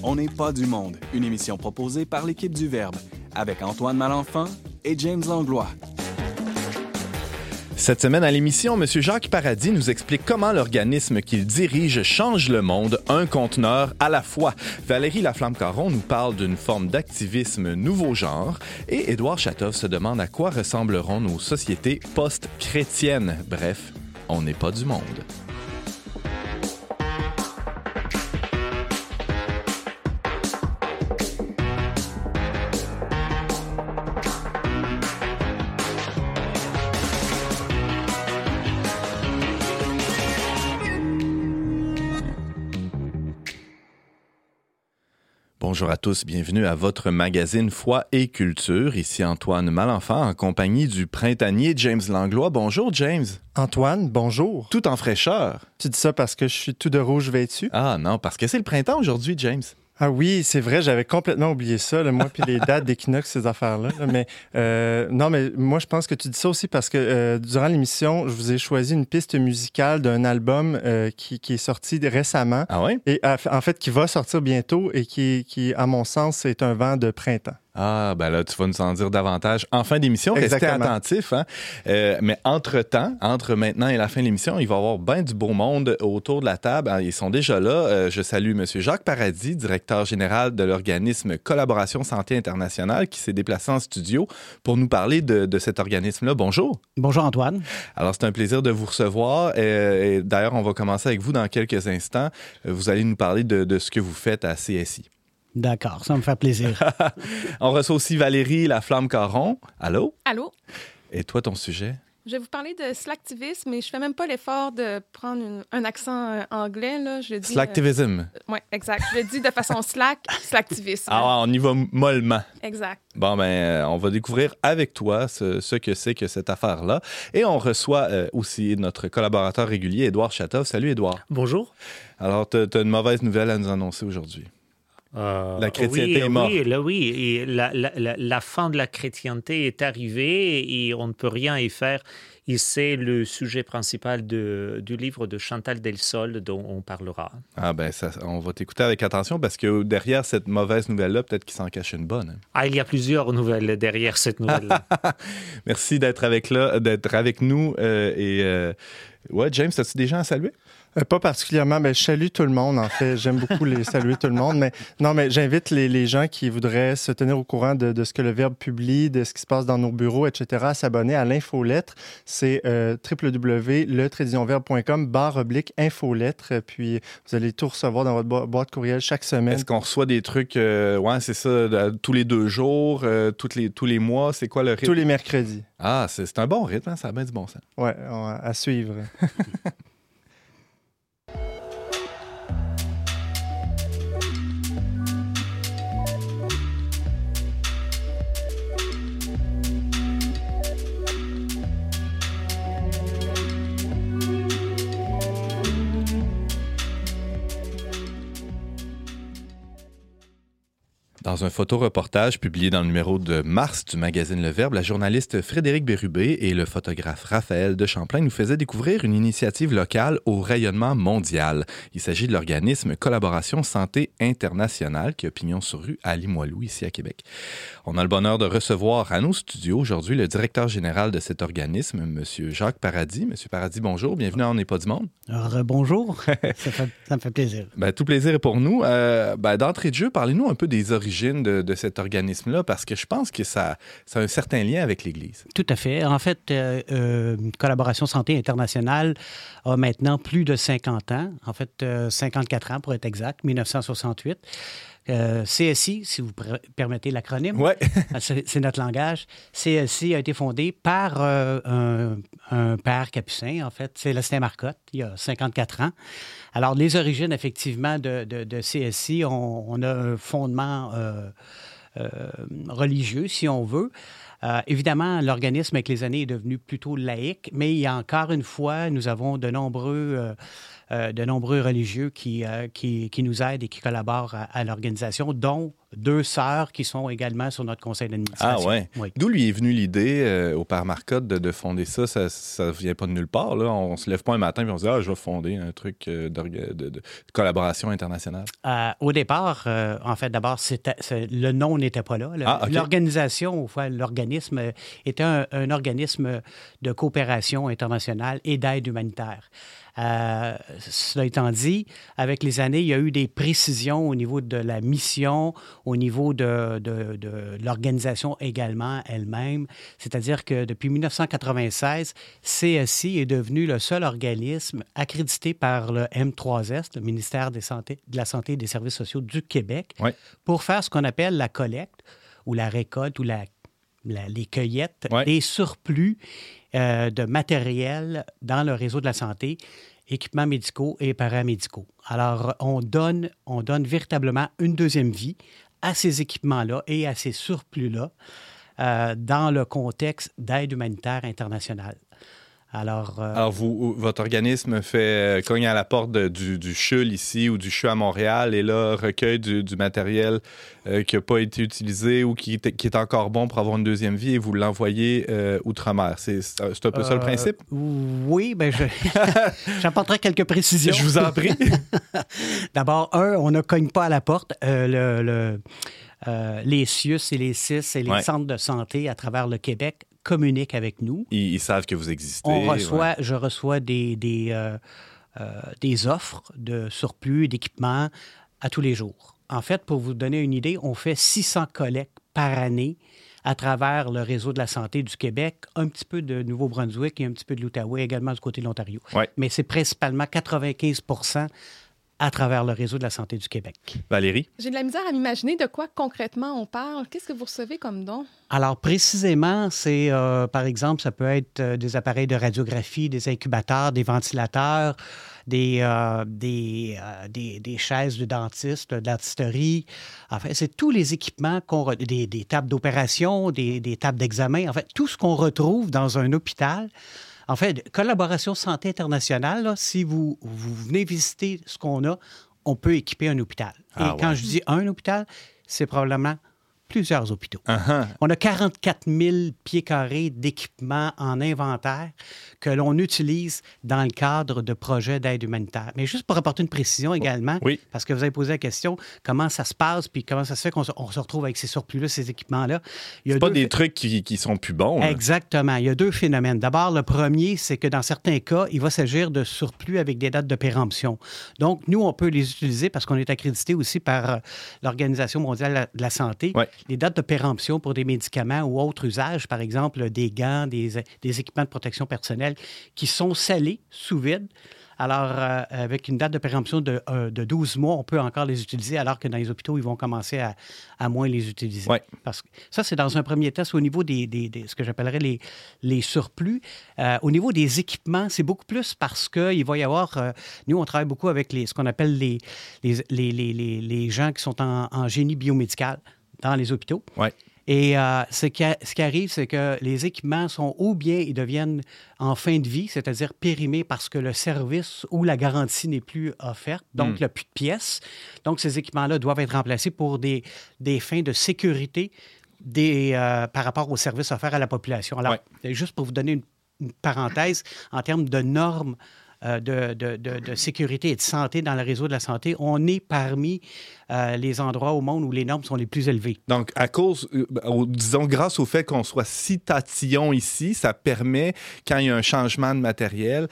On n'est pas du monde, une émission proposée par l'équipe du Verbe, avec Antoine Malenfant et James Langlois. Cette semaine à l'émission, M. Jacques Paradis nous explique comment l'organisme qu'il dirige change le monde, un conteneur à la fois. Valérie Laflamme-Caron nous parle d'une forme d'activisme nouveau genre. Et Édouard Chatov se demande à quoi ressembleront nos sociétés post-chrétiennes. Bref, on n'est pas du monde. Bonjour à tous, bienvenue à votre magazine Foi et Culture. Ici Antoine Malenfant en compagnie du printanier James Langlois. Bonjour James. Antoine, bonjour. Tout en fraîcheur. Tu dis ça parce que je suis tout de rouge vêtu? Ah non, parce que c'est le printemps aujourd'hui, James. Ah oui, c'est vrai, j'avais complètement oublié ça, là, moi, puis les dates d'équinoxe, ces affaires-là. Là, mais non, mais moi, je pense que tu dis ça aussi parce que durant l'émission, je vous ai choisi une piste musicale d'un album qui est sorti récemment. Ah oui? Et en fait, qui va sortir bientôt et qui, à mon sens, est un vent de printemps. Ah, ben là, tu vas nous en dire davantage en fin d'émission. Restez attentifs. Hein? Mais entre-temps, entre maintenant et la fin de l'émission, il va y avoir bien du beau monde autour de la table. Ils sont déjà là. Je salue M. Jacques Paradis, directeur général de l'organisme Collaboration Santé Internationale, qui s'est déplacé en studio pour nous parler de cet organisme-là. Bonjour. Bonjour, Antoine. Alors, c'est un plaisir de vous recevoir. Et d'ailleurs, on va commencer avec vous dans quelques instants. Vous allez nous parler de ce que vous faites à CSI. D'accord, ça me fait plaisir. On reçoit aussi Valérie Laflamme-Caron. Allô? Allô? Et toi, ton sujet? Je vais vous parler de slacktivisme, mais je fais même pas l'effort de prendre un accent anglais. Là. Je dis, slacktivism. Oui, exact. Je le dis de façon slacktivisme. Ah, on y va mollement. Exact. Bon, ben, on va découvrir avec toi ce que c'est que cette affaire-là. Et on reçoit aussi notre collaborateur régulier, Édouard Chatov. Salut, Édouard. Bonjour. Alors, tu as une mauvaise nouvelle à nous annoncer aujourd'hui. La chrétienté est morte. Oui, et la fin de la chrétienté est arrivée et on ne peut rien y faire. Et c'est le sujet principal du livre de Chantal Delsol dont on parlera. Ah ben, on va t'écouter avec attention parce que derrière cette mauvaise nouvelle-là, peut-être qu'il s'en cache une bonne. Ah, il y a plusieurs nouvelles derrière cette nouvelle. Merci d'être avec nous. Ouais, James, as-tu des gens à saluer? Pas particulièrement, mais je salue tout le monde, en fait. J'aime beaucoup saluer tout le monde. Mais non, mais j'invite les gens qui voudraient se tenir au courant de ce que le Verbe publie, de ce qui se passe dans nos bureaux, etc., à s'abonner à l'infolettre. C'est www.letraditionnverbe.com/infolettre. Puis vous allez tout recevoir dans votre boîte courriel chaque semaine. Est-ce qu'on reçoit des trucs, ouais, c'est ça, tous les 2 jours, tous les mois? C'est quoi le rythme? Tous les mercredis. Ah, c'est un bon rythme, hein? Ça a bien du bon sens. Ouais, à suivre. Dans un photoreportage publié dans le numéro de mars du magazine Le Verbe, la journaliste Frédérique Bérubé et le photographe Raphaël de Champlain nous faisaient découvrir une initiative locale au rayonnement mondial. Il s'agit de l'organisme Collaboration Santé Internationale qui a pignon sur rue à Limoilou, ici à Québec. On a le bonheur de recevoir à nos studios aujourd'hui le directeur général de cet organisme, M. Jacques Paradis. M. Paradis, bonjour, bienvenue à On n'est pas du monde. Alors, bonjour, ça me fait plaisir. Ben, tout plaisir est pour nous. D'entrée de jeu, parlez-nous un peu des origines de cet organisme-là, parce que je pense que ça a un certain lien avec l'Église. Tout à fait. En fait, Collaboration Santé Internationale a maintenant plus de 50 ans. En fait, 54 ans pour être exact, 1968. CSI, si vous permettez l'acronyme, ouais. c'est notre langage. CSI a été fondé par un père capucin, en fait, Célestin Marcotte, il y a 54 ans. Alors, les origines, effectivement, de CSI, on a un fondement religieux, si on veut. Évidemment, l'organisme, avec les années, est devenu plutôt laïque, mais il y a encore une fois, nous avons de nombreux de nombreux religieux qui nous aident et qui collaborent à l'organisation, dont 2 sœurs qui sont également sur notre conseil d'administration. Ah ouais. Oui. D'où lui est venue l'idée au Père Marcotte de fonder ça? Ça ne vient pas de nulle part. Là. On ne se lève pas un matin et on se dit « Ah, je vais fonder un truc de collaboration internationale. » Au départ, en fait, d'abord, le nom n'était pas là. OK. L'organisation, l'organisme était un organisme de coopération internationale et d'aide humanitaire. Cela étant dit, avec les années, il y a eu des précisions au niveau de la mission, au niveau de l'organisation également elle-même. C'est-à-dire que depuis 1996, CSI est devenu le seul organisme accrédité par le M3S, le ministère de la Santé et des Services sociaux du Québec, pour faire ce qu'on appelle la collecte ou la récolte ou les cueillettes des surplus de matériel dans le réseau de la santé, équipements médicaux et paramédicaux. Alors, on donne véritablement une deuxième vie à ces équipements-là et à ces surplus-là dans le contexte d'aide humanitaire internationale. Alors, votre organisme cogne à la porte du CHUL ici ou du CHU à Montréal et là, recueille du matériel qui n'a pas été utilisé ou qui est encore bon pour avoir une deuxième vie et vous l'envoyez outre-mer. C'est un peu ça le principe? Oui, bien, j'apporterai quelques précisions. Je vous en prie. D'abord, on ne cogne pas à la porte. Les CIUS et les CIS et les centres de santé à travers le Québec communiquent avec nous. Ils savent que vous existez. Je reçois des offres de surplus d'équipements à tous les jours. En fait, pour vous donner une idée, on fait 600 collectes par année à travers le réseau de la santé du Québec, un petit peu de Nouveau-Brunswick et un petit peu de l'Outaouais, également du côté de l'Ontario. Mais c'est principalement 95 % à travers le réseau de la santé du Québec. Valérie? J'ai de la misère à m'imaginer de quoi concrètement on parle. Qu'est-ce que vous recevez comme don? Alors, précisément, c'est, par exemple, ça peut être des appareils de radiographie, des incubateurs, des ventilateurs, des chaises de dentiste, de dentisterie. Enfin, c'est tous les équipements, des tables d'opération, des tables d'examen. En fait, tout ce qu'on retrouve dans un hôpital. En fait, collaboration santé internationale, là, si vous venez visiter ce qu'on a, on peut équiper un hôpital. Et quand je dis un hôpital, c'est probablement plusieurs hôpitaux. On a 44 000 pieds carrés d'équipements en inventaire que l'on utilise dans le cadre de projets d'aide humanitaire. Mais juste pour apporter une précision également, parce que vous avez posé la question, comment ça se passe, puis comment ça se fait qu'on se retrouve avec ces surplus-là, ces équipements-là. C'est pas des trucs qui sont plus bons. Là. Exactement. Il y a 2 phénomènes. D'abord, le premier, c'est que dans certains cas, il va s'agir de surplus avec des dates de péremption. Donc, nous, on peut les utiliser parce qu'on est accrédité aussi par l'Organisation mondiale de la santé. Les dates de péremption pour des médicaments ou autres usages, par exemple des gants, des équipements de protection personnelle qui sont scellés sous vide. Alors, avec une date de péremption de 12 mois, on peut encore les utiliser, alors que dans les hôpitaux, ils vont commencer à moins les utiliser. Parce que ça, c'est dans un premier test au niveau des ce que j'appellerais les surplus. Au niveau des équipements, c'est beaucoup plus parce qu'il va y avoir... nous, on travaille beaucoup avec ce qu'on appelle les gens qui sont en génie biomédical dans les hôpitaux. Et ce qui arrive, c'est que les équipements sont ou bien ils deviennent en fin de vie, c'est-à-dire périmés parce que le service ou la garantie n'est plus offerte, donc il n'y a plus de pièces. Donc, ces équipements-là doivent être remplacés pour des fins de sécurité par rapport aux services offerts à la population. Alors, juste pour vous donner une parenthèse, en termes de normes de sécurité et de santé dans le réseau de la santé, on est parmi les endroits au monde où les normes sont les plus élevées. Donc, disons, grâce au fait qu'on soit si tatillon ici, ça permet, quand il y a un changement de matériel,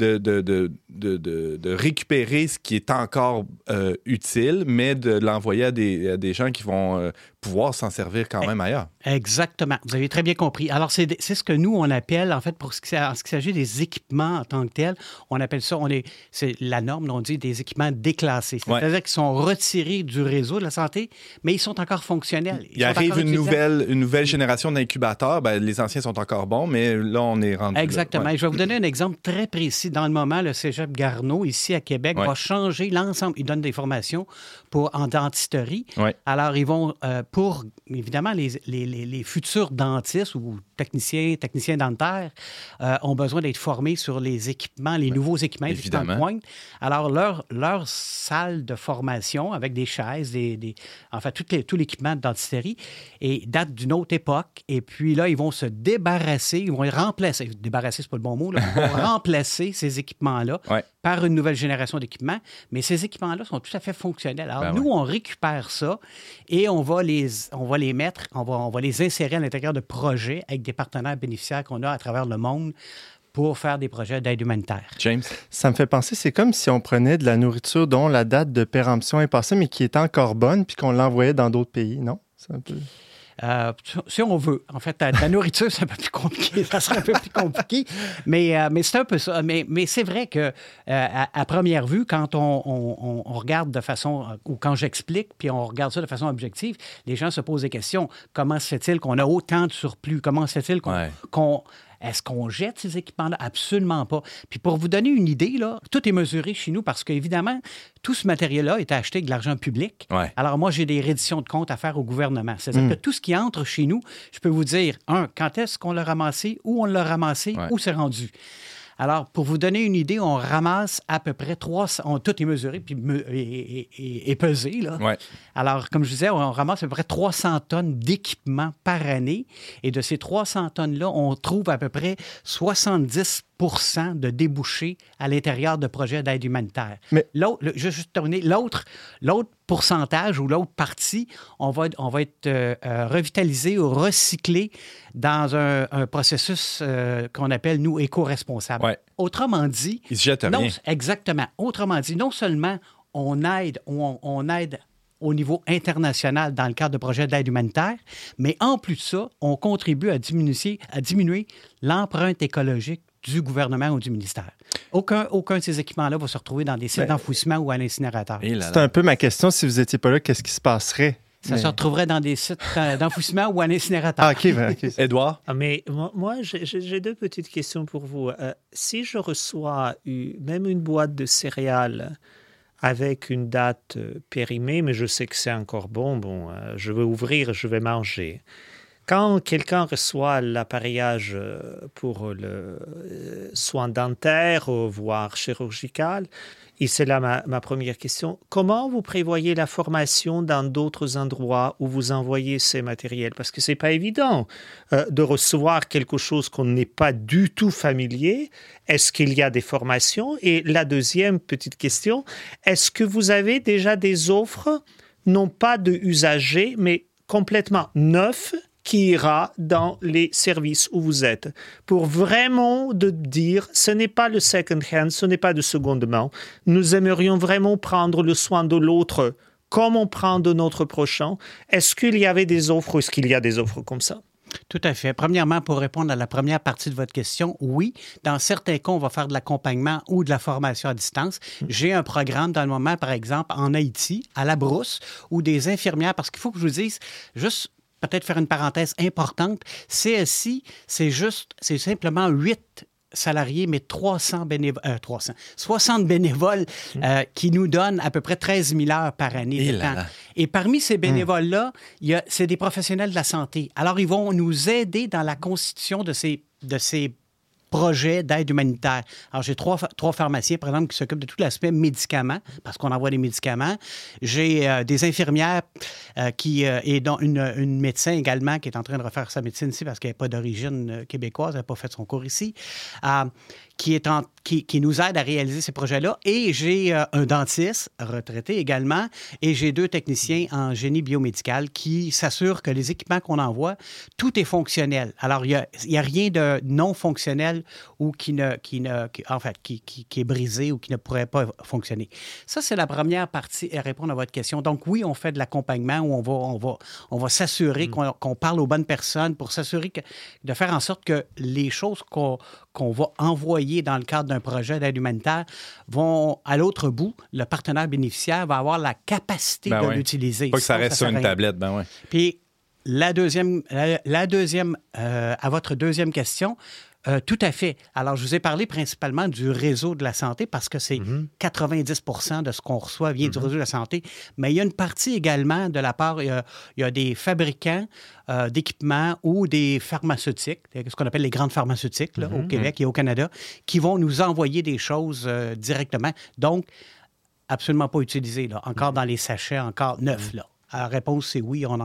de récupérer ce qui est encore utile, mais de l'envoyer à des gens qui vont pouvoir s'en servir quand même ailleurs. Exactement. Vous avez très bien compris. Alors, c'est ce que nous, on appelle, en fait, en ce qui s'agit des équipements en tant que tels, on appelle ça, c'est la norme, on dit des équipements déclassés. C'est-à-dire qu'ils sont retirés du réseau de la santé, mais ils sont encore fonctionnels. Il arrive une nouvelle génération d'incubateurs. Ben, les anciens sont encore bons, mais là, on est rendu Exactement. là. Je vais vous donner un exemple très précis. Dans le moment, le Cégep Garneau, ici à Québec, va changer l'ensemble. Ils donnent des formations en dentisterie. Alors, ils vont pour, évidemment, les futurs dentistes ou techniciens dentaires ont besoin d'être formés sur les équipements, les nouveaux équipements existants de pointe. Alors, leur salle de formation avec des chaises, en fait, tout l'équipement de dentisterie date d'une autre époque. Et puis là, ils vont se débarrasser, ils vont remplacer, débarrasser, c'est pas le bon mot, là, ils vont remplacer ces équipements-là par une nouvelle génération d'équipements. Mais ces équipements-là sont tout à fait fonctionnels. Alors, nous, on récupère ça et on va les mettre, on va les insérer à l'intérieur de projets avec des partenaires bénéficiaires qu'on a à travers le monde pour faire des projets d'aide humanitaire. James? Ça me fait penser, c'est comme si on prenait de la nourriture dont la date de péremption est passée, mais qui est encore bonne, puis qu'on l'envoyait dans d'autres pays, non? C'est un peu... si on veut. En fait, la nourriture, c'est un peu plus compliqué. Ça serait un peu plus compliqué. Mais c'est un peu ça. Mais c'est vrai que à première vue, quand on regarde de façon... ou quand j'explique, puis on regarde ça de façon objective, les gens se posent des questions. Comment se fait-il qu'on a autant de surplus? Comment se fait-il qu'on est-ce qu'on jette ces équipements-là? Absolument pas. Puis pour vous donner une idée, là, tout est mesuré chez nous parce qu'évidemment, tout ce matériel-là est acheté avec de l'argent public. Ouais. Alors moi, j'ai des redditions de comptes à faire au gouvernement. C'est-à-dire que tout ce qui entre chez nous, je peux vous dire, quand est-ce qu'on l'a ramassé, où on l'a ramassé, où c'est rendu. Alors, pour vous donner une idée, on ramasse à peu près 300... tout est mesuré et pesé, là. Ouais. Alors, comme je disais, on ramasse à peu près 300 tonnes d'équipements par année. Et de ces 300 tonnes-là, on trouve à peu près 70 de débouchés à l'intérieur de projets d'aide humanitaire. Mais juste terminer, l'autre pourcentage ou l'autre partie, on va être revitalisé ou recyclé dans un processus qu'on appelle, nous, éco-responsable. Ouais. Autrement dit... Il se jette rien. Exactement. Autrement dit, non seulement on aide au niveau international dans le cadre de projets d'aide humanitaire, mais en plus de ça, on contribue à diminuer l'empreinte écologique du gouvernement ou du ministère. Aucun de ces équipements-là va se retrouver dans des sites d'enfouissement ou à l'incinérateur. C'est un peu ma question. Si vous n'étiez pas là, qu'est-ce qui se passerait? Ça se retrouverait dans des sites d'enfouissement ou à l'incinérateur. Ah, OK. Édouard? Mais moi, j'ai deux petites questions pour vous. Si je reçois même une boîte de céréales avec une date périmée, mais je sais que c'est encore bon, je vais ouvrir, je vais manger. Quand quelqu'un reçoit l'appareillage pour le soin dentaire, voire chirurgical, et c'est là ma première question, comment vous prévoyez la formation dans d'autres endroits où vous envoyez ces matériels? Parce que ce n'est pas évident de recevoir quelque chose qu'on n'est pas du tout familier. Est-ce qu'il y a des formations? Et la deuxième petite question, est-ce que vous avez déjà des offres, non pas de usagers, mais complètement neufs, qui ira dans les services où vous êtes, pour vraiment de dire, ce n'est pas le second hand, ce n'est pas de seconde main. Nous aimerions vraiment prendre le soin de l'autre comme on prend de notre prochain. Est-ce qu'il y avait des offres ou est-ce qu'il y a des offres comme ça? Tout à fait. Premièrement, pour répondre à la première partie de votre question, oui. Dans certains cas, on va faire de l'accompagnement ou de la formation à distance. J'ai un programme dans le moment, par exemple, en Haïti, à La Brousse, où des infirmières, parce qu'il faut que je vous dise, juste peut-être faire une parenthèse importante, CSI, c'est simplement 8 salariés, mais 60 bénévoles qui nous donnent à peu près 13 000 heures par année de temps. Et parmi ces bénévoles-là, c'est des professionnels de la santé. Alors, ils vont nous aider dans la constitution de ces projets d'aide humanitaire. Alors, j'ai trois pharmaciens, par exemple, qui s'occupent de tout l'aspect médicaments, parce qu'on envoie des médicaments. J'ai des infirmières et dont une médecin également qui est en train de refaire sa médecine ici parce qu'elle n'est pas d'origine québécoise, elle n'a pas fait son cours ici, qui nous aide à réaliser ces projets-là. Et j'ai un dentiste retraité également, et j'ai 2 techniciens en génie biomédical qui s'assurent que les équipements qu'on envoie, tout est fonctionnel. Alors, il n'y a rien de non fonctionnel ou qui est brisé ou qui ne pourrait pas fonctionner. Ça, c'est la première partie à répondre à votre question. Donc, oui, on fait de l'accompagnement où on va s'assurer qu'on parle aux bonnes personnes pour s'assurer de faire en sorte que les choses qu'on va envoyer dans le cadre d'un projet d'aide humanitaire vont à l'autre bout. Le partenaire bénéficiaire va avoir la capacité de l'utiliser. Pas que ça reste sur une tablette, Puis, à votre deuxième question, tout à fait. Alors, je vous ai parlé principalement du réseau de la santé parce que c'est 90 % de ce qu'on reçoit vient du réseau de la santé. Mais il y a une partie également de la part, il y a des fabricants d'équipements ou des pharmaceutiques, ce qu'on appelle les grandes pharmaceutiques là, au Québec et au Canada, qui vont nous envoyer des choses directement. Donc, absolument pas utilisées, là, encore dans les sachets, encore neufs. Là. La réponse, c'est oui, on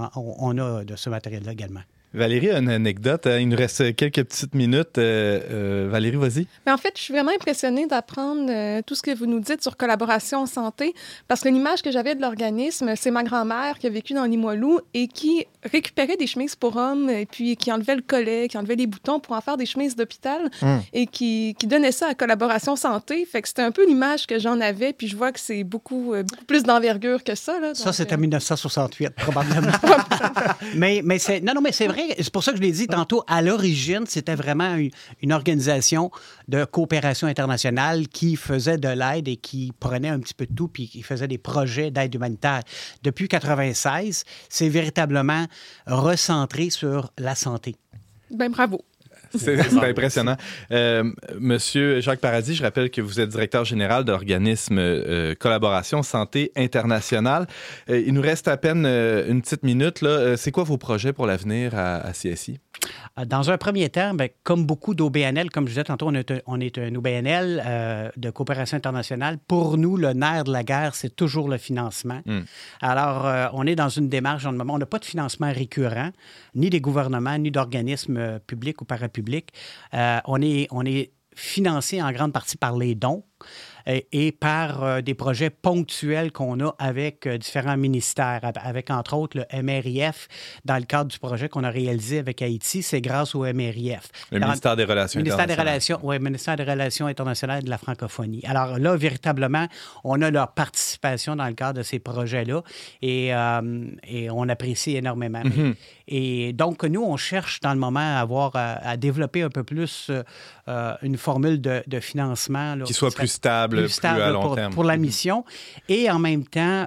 a de ce matériel-là également. Valérie a une anecdote. Il nous reste quelques petites minutes. Valérie, vas-y. Mais en fait, je suis vraiment impressionnée d'apprendre tout ce que vous nous dites sur collaboration santé, parce que l'image que j'avais de l'organisme, c'est ma grand-mère qui a vécu dans Limoilou et qui récupérait des chemises pour hommes, et puis qui enlevait le collet, qui enlevait les boutons pour en faire des chemises d'hôpital, et qui donnait ça à collaboration santé. Fait que c'était un peu l'image que j'en avais, puis je vois que c'est beaucoup plus d'envergure que ça. Là, donc, ça, c'était 1968, probablement. mais c'est... Non, mais c'est vrai. C'est pour ça que je l'ai dit tantôt, à l'origine, c'était vraiment une organisation de coopération internationale qui faisait de l'aide et qui prenait un petit peu de tout puis qui faisait des projets d'aide humanitaire. Depuis 1996, c'est véritablement recentré sur la santé. Ben bravo. C'est impressionnant. Monsieur Jacques Paradis, je rappelle que vous êtes directeur général de l'organisme Collaboration Santé Internationale. Il nous reste à peine une petite minute. Là. C'est quoi vos projets pour l'avenir à CSI? Dans un premier temps, bien, comme beaucoup d'OBNL, comme je disais tantôt, on est un OBNL de coopération internationale. Pour nous, le nerf de la guerre, c'est toujours le financement. Alors, on est dans une démarche en ce moment. On n'a pas de financement récurrent, ni des gouvernements, ni d'organismes publics ou parapublics. On est financé en grande partie par les dons et par des projets ponctuels qu'on a avec différents ministères, avec entre autres le MRIF, dans le cadre du projet qu'on a réalisé avec Haïti, c'est grâce au MRIF. Le ministère des Relations internationales. Oui, ministère des Relations internationales et de la francophonie. Alors là, véritablement, on a leur participation dans le cadre de ces projets-là et on apprécie énormément. Et donc, nous, on cherche dans le moment à développer un peu plus une formule de financement. Là, qui soit plus stable plus à long terme. Pour la mission. Et en même temps,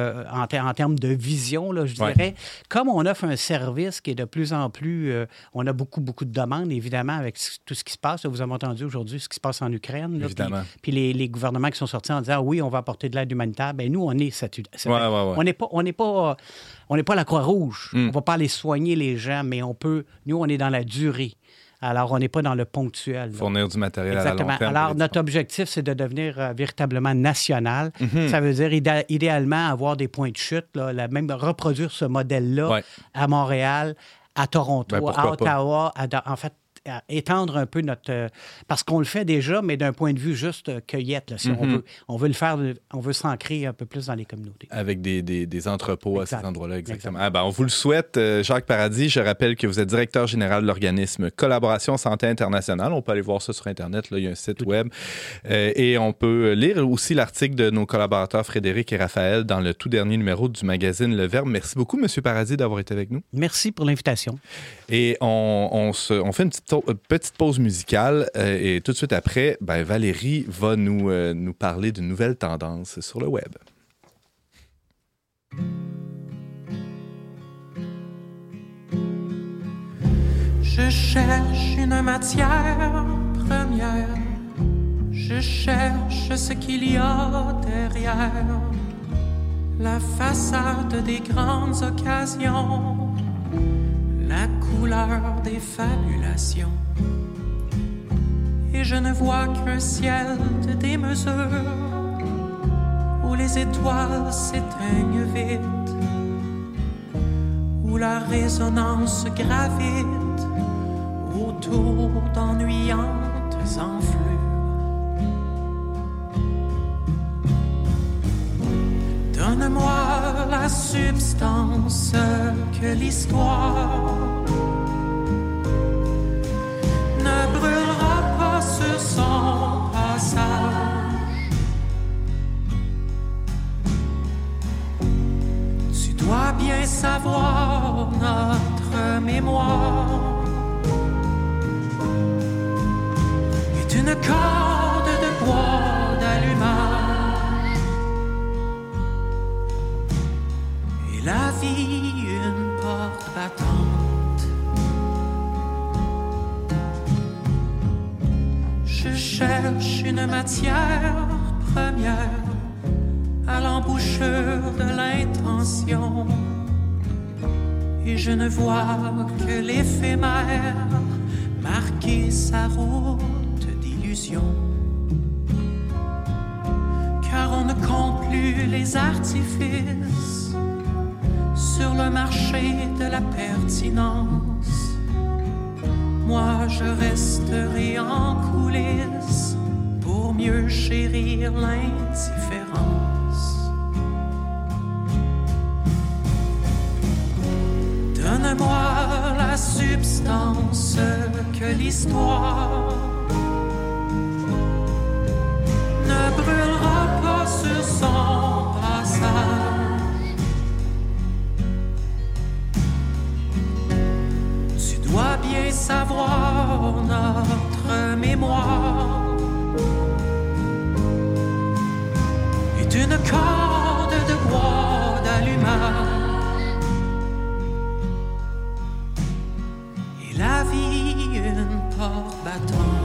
en termes de vision, là, je dirais, comme on offre un service qui est de plus en plus... on a beaucoup de demandes, évidemment, avec tout ce qui se passe. Vous avez entendu aujourd'hui ce qui se passe en Ukraine. Là, évidemment. Puis les gouvernements qui sont sortis en disant, oui, on va apporter de l'aide humanitaire. Bien, nous, on est cette... On n'est pas la Croix-Rouge. On ne va pas aller soigner les gens, mais on peut... Nous, on est dans la durée. Alors, on n'est pas dans le ponctuel. Là. Fournir du matériel Exactement. à long terme. Alors, notre objectif, c'est de devenir véritablement national. Ça veut dire, idéalement, avoir des points de chute, là, même reproduire ce modèle-là à Montréal, à Toronto, à Ottawa, en fait, étendre un peu notre... parce qu'on le fait déjà, mais d'un point de vue juste cueillette, là, si on veut le faire, on veut s'ancrer un peu plus dans les communautés. Avec des entrepôts à ces endroits-là, exactement. Ah, ben, on vous le souhaite, Jacques Paradis. Je rappelle que vous êtes directeur général de l'organisme Collaboration Santé Internationale. On peut aller voir ça sur Internet, là, il y a un site web. Et on peut lire aussi l'article de nos collaborateurs Frédéric et Raphaël dans le tout dernier numéro du magazine Le Verbe. Merci beaucoup, M. Paradis, d'avoir été avec nous. Merci pour l'invitation. Et on fait une petite pause musicale et tout de suite après, ben, Valérie va nous parler d'une nouvelle tendance sur le web. Je cherche une matière première, je cherche ce qu'il y a derrière la façade des grandes occasions, la couleur des fabulations. Et je ne vois qu'un ciel de démesure où les étoiles s'éteignent vite, où la résonance gravite autour d'ennuyantes enflures. Donne-moi la substance que l'histoire ne brûlera pas sur son passage. Tu dois bien savoir notre mémoire est une corde de bois d'allumage et la vie une porte battante cherche une matière première à l'embouchure de l'intention. Et je ne vois que l'éphémère marquer sa route d'illusion. Car on ne compte plus les artifices sur le marché de la pertinence. Moi, je resterai en coulisses pour mieux chérir l'indifférence. Donne-moi la substance que l'histoire ne brûlera pas sur son passage. Tu dois bien savoir notre mémoire est une corde de bois d'allumage et la vie une porte battante.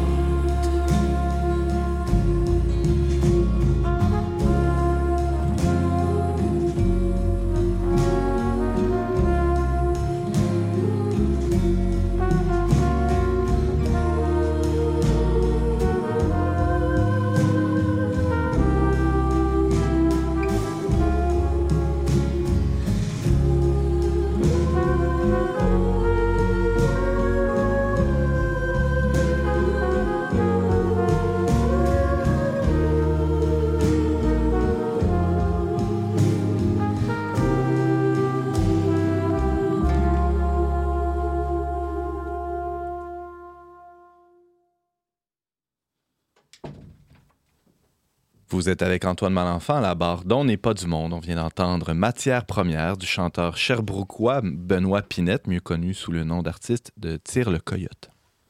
Vous êtes avec Antoine Malenfant à la barre d'On n'est pas du monde. On vient d'entendre Matière première du chanteur sherbrookois Benoît Pinette, mieux connu sous le nom d'artiste de Tire le Coyote.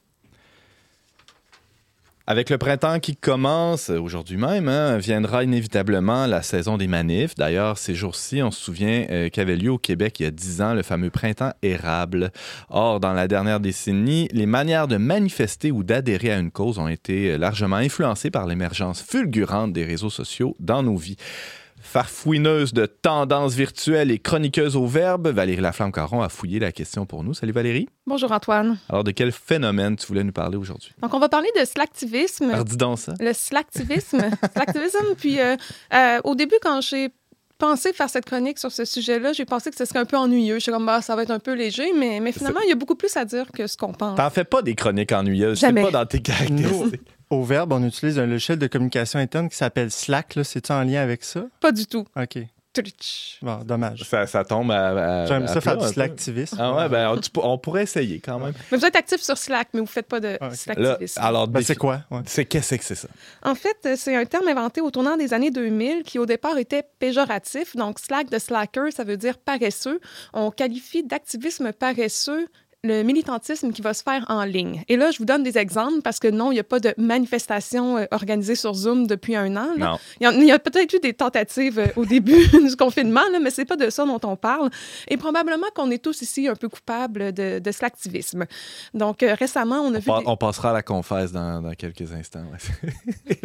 Avec le printemps qui commence aujourd'hui même, viendra inévitablement la saison des manifs. D'ailleurs, ces jours-ci, on se souvient qu'avait lieu au Québec il y a 10 ans le fameux printemps érable. Or, dans la dernière décennie, les manières de manifester ou d'adhérer à une cause ont été largement influencées par l'émergence fulgurante des réseaux sociaux dans nos vies. Farfouineuse de tendances virtuelles et chroniqueuse au verbe, Valérie Laflamme-Caron a fouillé la question pour nous. Salut Valérie. Bonjour Antoine. Alors, de quel phénomène tu voulais nous parler aujourd'hui? Donc, on va parler de slacktivisme. Alors, dis donc ça. Le slacktivisme. Puis, au début, quand j'ai pensé faire cette chronique sur ce sujet-là, j'ai pensé que ce serait un peu ennuyeux. Je suis comme, ça va être un peu léger, mais finalement, il y a beaucoup plus à dire que ce qu'on pense. T'en fais pas des chroniques ennuyeuses. Jamais. C'est pas dans tes caractéristiques. Au Verbe, on utilise un logiciel de communication interne qui s'appelle Slack. Là. C'est-tu en lien avec ça? Pas du tout. OK. Bon, dommage. Ça tombe à J'aime ça faire plat, du slacktivisme. Ah ouais, ben on pourrait essayer quand même. Mais vous êtes actif sur Slack, mais vous ne faites pas de slacktivisme. Là, alors, c'est quoi? Ouais. Qu'est-ce que c'est ça? En fait, c'est un terme inventé au tournant des années 2000 qui, au départ, était péjoratif. Donc, slack de slacker, ça veut dire paresseux. On qualifie d'activisme paresseux le militantisme qui va se faire en ligne. Et là, je vous donne des exemples parce que non, il n'y a pas de manifestation organisée sur Zoom depuis un an. Là. Non. Il y a peut-être eu des tentatives au début du confinement, là, mais c'est pas de ça dont on parle. Et probablement qu'on est tous ici un peu coupables de slacktivisme. Donc, récemment, on a vu... On passera à la confesse dans quelques instants. Ouais.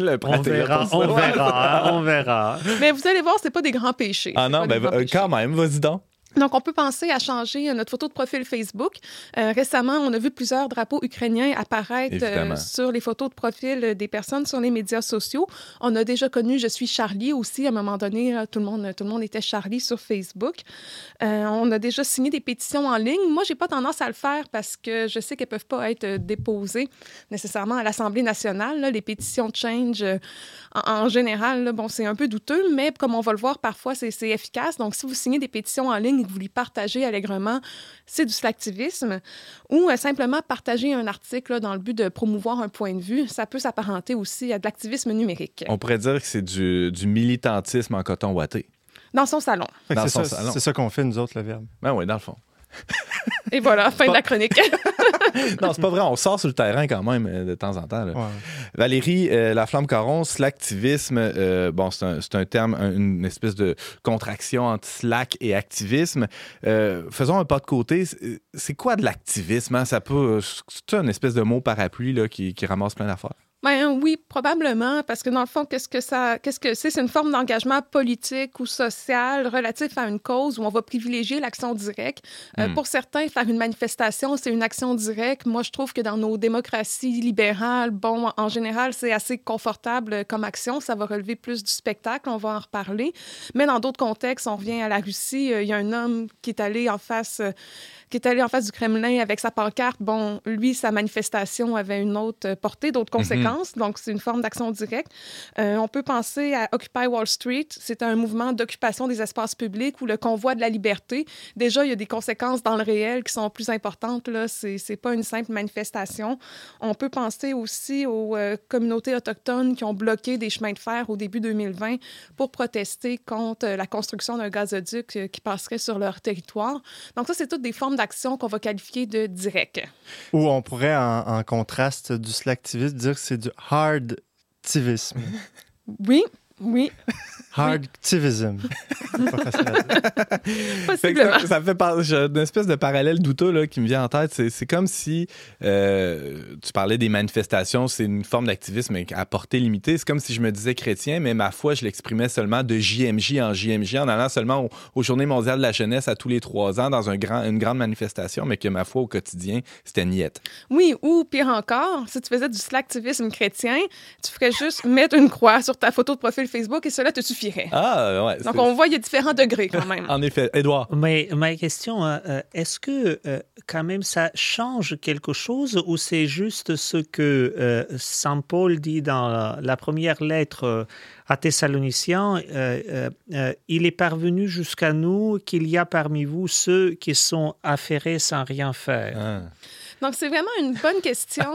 On verra. Mais vous allez voir, c'est pas des grands péchés. Ah non, ben quand même, vas-y donc. Donc, on peut penser à changer notre photo de profil Facebook. Récemment, on a vu plusieurs drapeaux ukrainiens apparaître sur les photos de profil des personnes sur les médias sociaux. On a déjà connu « Je suis Charlie » aussi. À un moment donné, tout le monde était Charlie sur Facebook. On a déjà signé des pétitions en ligne. Moi, j'ai pas tendance à le faire parce que je sais qu'elles peuvent pas être déposées nécessairement à l'Assemblée nationale. Là. Les pétitions de Change, en général, là, bon, c'est un peu douteux, mais comme on va le voir, parfois, c'est efficace. Donc, si vous signez des pétitions en ligne et que vous les partagez allègrement, c'est du slacktivisme. Ou simplement partager un article là, dans le but de promouvoir un point de vue, ça peut s'apparenter aussi à de l'activisme numérique. On pourrait dire que c'est du militantisme en coton ouaté. Dans son salon. C'est ça qu'on fait, nous autres, le Verbe. Ben oui, dans le fond. Et voilà, fin de la chronique. Non, c'est pas vrai. On sort sur le terrain quand même de temps en temps. Là. Ouais. Valérie Laflamme-Caron, slacktivisme, bon, c'est un terme, une espèce de contraction entre slack et activisme. Faisons un pas de côté. C'est quoi de l'activisme? Hein? C'est une espèce de mot parapluie là, qui ramasse plein d'affaires. Ben oui, probablement, parce que dans le fond, qu'est-ce que c'est? C'est une forme d'engagement politique ou social relatif à une cause où on va privilégier l'action directe. Pour certains, faire une manifestation, c'est une action directe. Moi, je trouve que dans nos démocraties libérales, bon, en général, c'est assez confortable comme action. Ça va relever plus du spectacle, on va en reparler. Mais dans d'autres contextes, on revient à la Russie, il y a un homme qui est allé en face du Kremlin avec sa pancarte. Bon, lui, sa manifestation avait une autre portée, d'autres conséquences. Donc, c'est une forme d'action directe. On peut penser à Occupy Wall Street. C'est un mouvement d'occupation des espaces publics ou le convoi de la liberté. Déjà, il y a des conséquences dans le réel qui sont plus importantes. Là. C'est pas une simple manifestation. On peut penser aussi aux communautés autochtones qui ont bloqué des chemins de fer au début 2020 pour protester contre la construction d'un gazoduc qui passerait sur leur territoire. Donc, ça, c'est toutes des formes d'action qu'on va qualifier de directes. Ou on pourrait, en contraste du slacktivisme, dire que c'est du hard-tivisme. Oui. Hard-tivism. Pas facile à dire. Possiblement. Ça me fait j'ai une espèce de parallèle douteux là, qui me vient en tête. C'est comme si tu parlais des manifestations, c'est une forme d'activisme à portée limitée. C'est comme si je me disais chrétien, mais ma foi, je l'exprimais seulement de JMJ en allant seulement aux Journées mondiales de la jeunesse à tous les 3 ans dans une grande manifestation, mais que ma foi, au quotidien, c'était niette. Oui, ou pire encore, si tu faisais du slacktivisme chrétien, tu ferais juste mettre une croix sur ta photo de profil Facebook et cela te suffirait. Ah, ouais. Donc, on voit, il y a différents degrés quand même. En effet. Édouard. Mais ma question, est-ce que quand même ça change quelque chose ou c'est juste ce que Saint Paul dit dans la première lettre à Thessaloniciens, il est parvenu jusqu'à nous qu'il y a parmi vous ceux qui sont affairés sans rien faire. Ah. Donc, c'est vraiment une bonne question.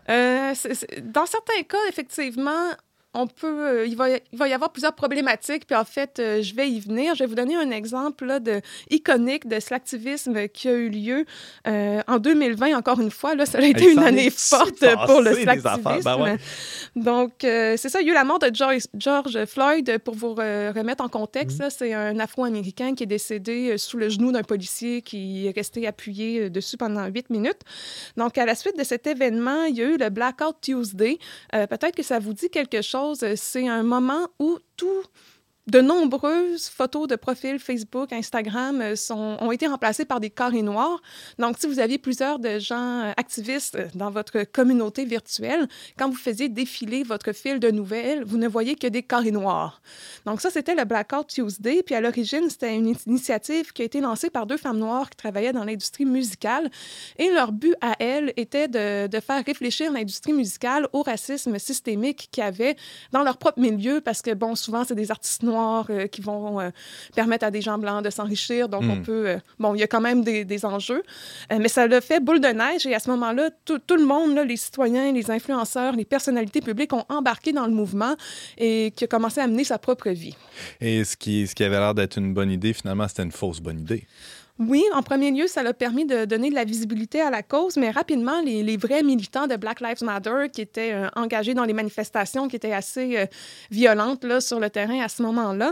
Dans certains cas, effectivement, il va y avoir plusieurs problématiques, puis en fait, je vais y venir. Je vais vous donner un exemple là, iconique de slacktivisme qui a eu lieu en 2020, encore une fois. Là, ça a été une année forte pour le slacktivisme. Ben ouais. Donc, c'est ça, il y a eu la mort de George Floyd. Pour vous remettre en contexte, là, c'est un Afro-Américain qui est décédé sous le genou d'un policier qui est resté appuyé dessus pendant 8 minutes. Donc, à la suite de cet événement, il y a eu le Blackout Tuesday. Peut-être que ça vous dit quelque chose. C'est un moment où de nombreuses photos de profils Facebook, Instagram ont été remplacées par des carrés noirs. Donc, si vous aviez plusieurs de gens activistes dans votre communauté virtuelle, quand vous faisiez défiler votre fil de nouvelles, vous ne voyez que des carrés noirs. Donc, ça, c'était le Blackout Tuesday. Puis, à l'origine, c'était une initiative qui a été lancée par 2 femmes noires qui travaillaient dans l'industrie musicale. Et leur but à elles était de faire réfléchir l'industrie musicale au racisme systémique qu'il y avait dans leur propre milieu, parce que, bon, souvent, c'est des artistes noirs qui vont permettre à des gens blancs de s'enrichir. Donc, on peut... il y a quand même des enjeux. Mais ça l'a fait boule de neige. Et à ce moment-là, tout le monde, là, les citoyens, les influenceurs, les personnalités publiques ont embarqué dans le mouvement et qui a commencé à mener sa propre vie. Et ce qui avait l'air d'être une bonne idée, finalement, c'était une fausse bonne idée. Oui, en premier lieu, ça a permis de donner de la visibilité à la cause, mais rapidement, les vrais militants de Black Lives Matter qui étaient engagés dans les manifestations qui étaient assez violentes là, sur le terrain à ce moment-là,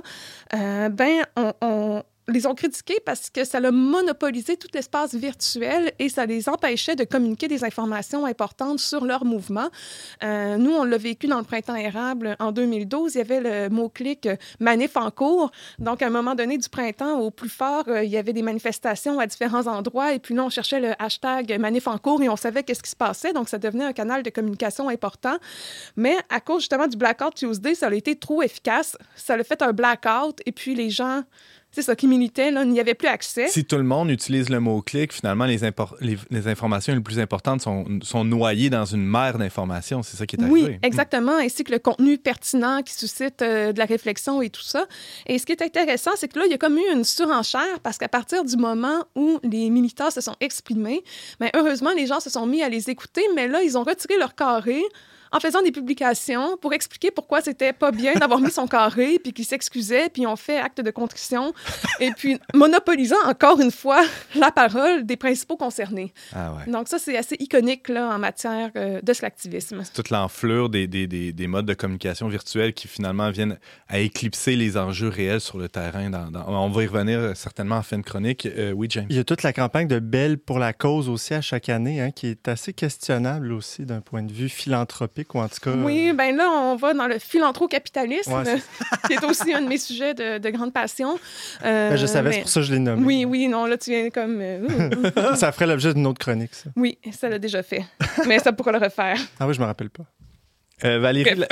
on les ont critiqués parce que ça a monopolisé tout l'espace virtuel et ça les empêchait de communiquer des informations importantes sur leur mouvement. Nous, on l'a vécu dans le Printemps érable en 2012. Il y avait le mot-clic « manif en cours ». Donc, à un moment donné du printemps, au plus fort, il y avait des manifestations à différents endroits et puis là, on cherchait le hashtag « manif en cours » et on savait qu'est-ce qui se passait. Donc, ça devenait un canal de communication important. Mais à cause justement du Blackout Tuesday, ça a été trop efficace. Ça a fait un blackout et puis les gens... C'est ça, qui militaient, là, n'y avait plus accès. Si tout le monde utilise le mot-clic, finalement, les informations les plus importantes sont noyées dans une mer d'informations. C'est ça qui est arrivé. Oui, exactement, ainsi que le contenu pertinent qui suscite de la réflexion et tout ça. Et ce qui est intéressant, c'est que là, il y a comme eu une surenchère parce qu'à partir du moment où les militants se sont exprimés, heureusement, les gens se sont mis à les écouter, mais là, ils ont retiré leur carré en faisant des publications pour expliquer pourquoi c'était pas bien d'avoir mis son carré, puis qu'ils s'excusaient, puis ont fait acte de contrition, et puis monopolisant encore une fois la parole des principaux concernés. Ah ouais. Donc ça, c'est assez iconique là, en matière de slacktivisme. C'est toute l'enflure des modes de communication virtuels qui finalement viennent à éclipser les enjeux réels sur le terrain. On va y revenir certainement en fin de chronique. Oui, James? Il y a toute la campagne de Belle pour la cause aussi à chaque année, qui est assez questionnable aussi d'un point de vue philanthropique. philanthropique, ou en tout cas... Oui, bien là, on va dans le philanthrocapitalisme, Ouais, qui est aussi un de mes sujets de grande passion. Je savais, c'est pour ça que je l'ai nommé. Oui, non, là, tu viens comme... Ça ferait l'objet d'une autre chronique, ça. Oui, ça l'a déjà fait, mais ça pourra le refaire. Ah oui, je me rappelle pas. Valérie,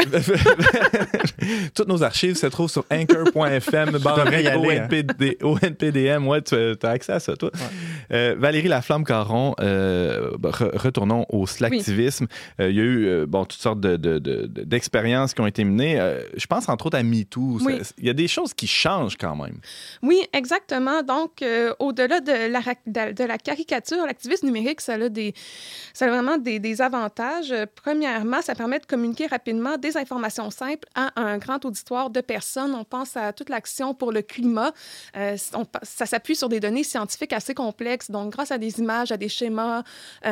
toutes nos archives se trouvent sur anchor.fm /ONPDM. Ouais, tu as accès à ça, toi. Ouais. Valérie Laflamme-Caron, retournons au slacktivisme. Il y a eu toutes sortes d'expériences qui ont été menées. Je pense entre autres à MeToo. Oui. Il y a des choses qui changent quand même. Oui, exactement. Donc, au-delà de la caricature, l'activisme numérique, ça a vraiment des avantages. Premièrement, ça permet de communiquer rapidement des informations simples à un grand auditoire de personnes. On pense à toute l'action pour le climat. Ça s'appuie sur des données scientifiques assez complexes. Donc, grâce à des images, à des schémas,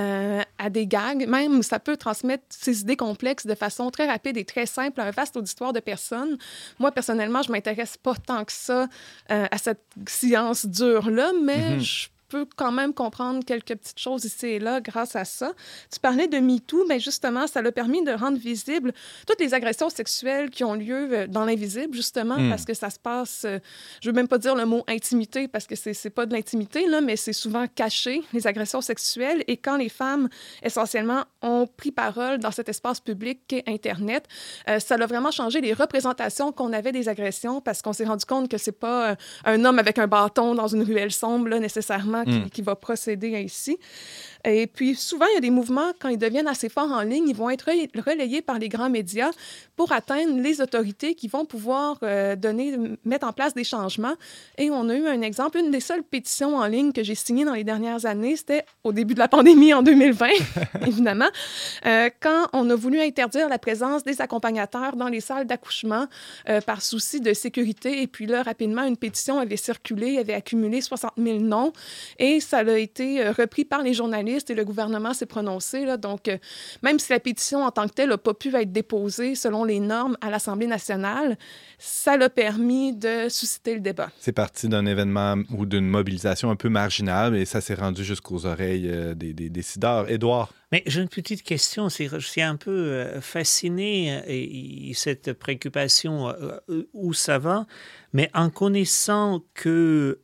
à des gags, même, ça peut transmettre ces idées complexes de façon très rapide et très simple à un vaste auditoire de personnes. Moi, personnellement, je ne m'intéresse pas tant que ça à cette science dure-là, mais je peux quand même comprendre quelques petites choses ici et là grâce à ça. Tu parlais de MeToo, mais justement, ça l'a permis de rendre visibles toutes les agressions sexuelles qui ont lieu dans l'invisible, justement, parce que ça se passe, je veux même pas dire le mot intimité, parce que c'est pas de l'intimité, là, mais c'est souvent caché, les agressions sexuelles, et quand les femmes, essentiellement, ont pris parole dans cet espace public qu'est Internet, ça a vraiment changé les représentations qu'on avait des agressions, parce qu'on s'est rendu compte que c'est pas un homme avec un bâton dans une ruelle sombre, là, nécessairement, qui va procéder ainsi. Et puis, souvent, il y a des mouvements, quand ils deviennent assez forts en ligne, ils vont être relayés par les grands médias pour atteindre les autorités qui vont pouvoir mettre en place des changements. Et on a eu un exemple, une des seules pétitions en ligne que j'ai signées dans les dernières années, c'était au début de la pandémie en 2020, évidemment, quand on a voulu interdire la présence des accompagnateurs dans les salles d'accouchement par souci de sécurité. Et puis là, rapidement, une pétition avait circulé, avait accumulé 60 000 noms, et ça a été repris par les journalistes et le gouvernement s'est prononcé. Là, donc, même si la pétition en tant que telle n'a pas pu être déposée selon les normes à l'Assemblée nationale, ça l'a permis de susciter le débat. C'est parti d'un événement ou d'une mobilisation un peu marginale, et ça s'est rendu jusqu'aux oreilles des décideurs. Édouard? Mais j'ai une petite question. Je suis un peu fasciné et cette préoccupation où ça va, mais en connaissant que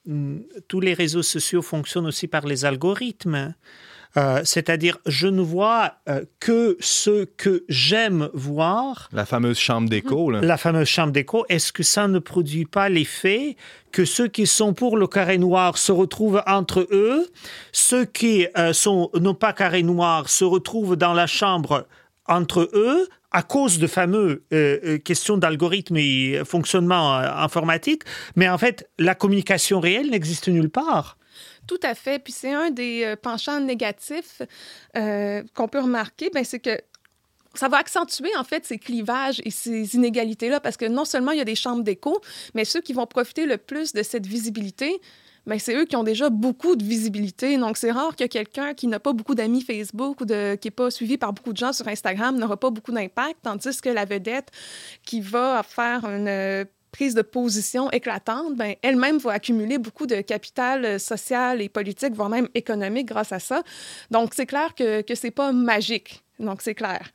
tous les réseaux sociaux fonctionnent aussi par les algorithmes, c'est-à-dire je ne vois que ce que j'aime voir. La fameuse chambre d'écho. Là. La fameuse chambre d'écho. Est-ce que ça ne produit pas l'effet que ceux qui sont pour le carré noir se retrouvent entre eux, ceux qui n'ont pas carré noir se retrouvent dans la chambre entre eux, à cause de fameux questions d'algorithme et fonctionnement informatique, mais en fait, la communication réelle n'existe nulle part. Tout à fait. Puis c'est un des penchants négatifs qu'on peut remarquer, c'est que ça va accentuer, en fait, ces clivages et ces inégalités-là, parce que non seulement il y a des chambres d'écho, mais ceux qui vont profiter le plus de cette visibilité, c'est eux qui ont déjà beaucoup de visibilité. Donc, c'est rare que quelqu'un qui n'a pas beaucoup d'amis Facebook ou qui n'est pas suivi par beaucoup de gens sur Instagram n'aura pas beaucoup d'impact, tandis que la vedette qui va faire une prise de position éclatante, elle-même va accumuler beaucoup de capital social et politique, voire même économique grâce à ça. Donc, c'est clair que c'est pas magique. Donc, c'est clair.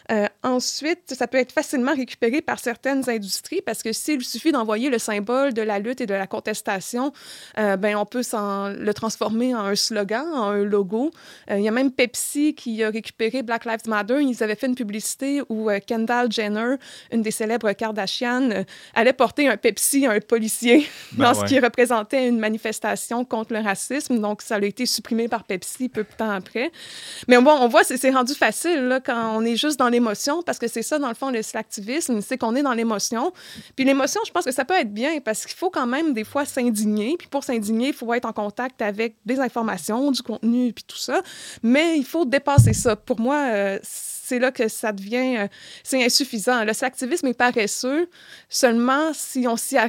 Ensuite, ça peut être facilement récupéré par certaines industries parce que s'il suffit d'envoyer le symbole de la lutte et de la contestation, on peut le transformer en un slogan, en un logo. Il y a même Pepsi qui a récupéré Black Lives Matter. Ils avaient fait une publicité où Kendall Jenner, une des célèbres Kardashian, allait porter un Pepsi à un policier ce qui représentait une manifestation contre le racisme. Donc, ça a été supprimé par Pepsi peu de temps après. Mais bon, on voit, c'est rendu facile là, quand on est juste dans l'émotion, parce que c'est ça, dans le fond, le slacktivisme, c'est qu'on est dans l'émotion. Puis l'émotion, je pense que ça peut être bien, parce qu'il faut quand même, des fois, s'indigner. Puis pour s'indigner, il faut être en contact avec des informations, du contenu, puis tout ça. Mais il faut dépasser ça. Pour moi, c'est là que ça devient... c'est insuffisant. Le slacktivisme est paresseux seulement si on s'y arrête.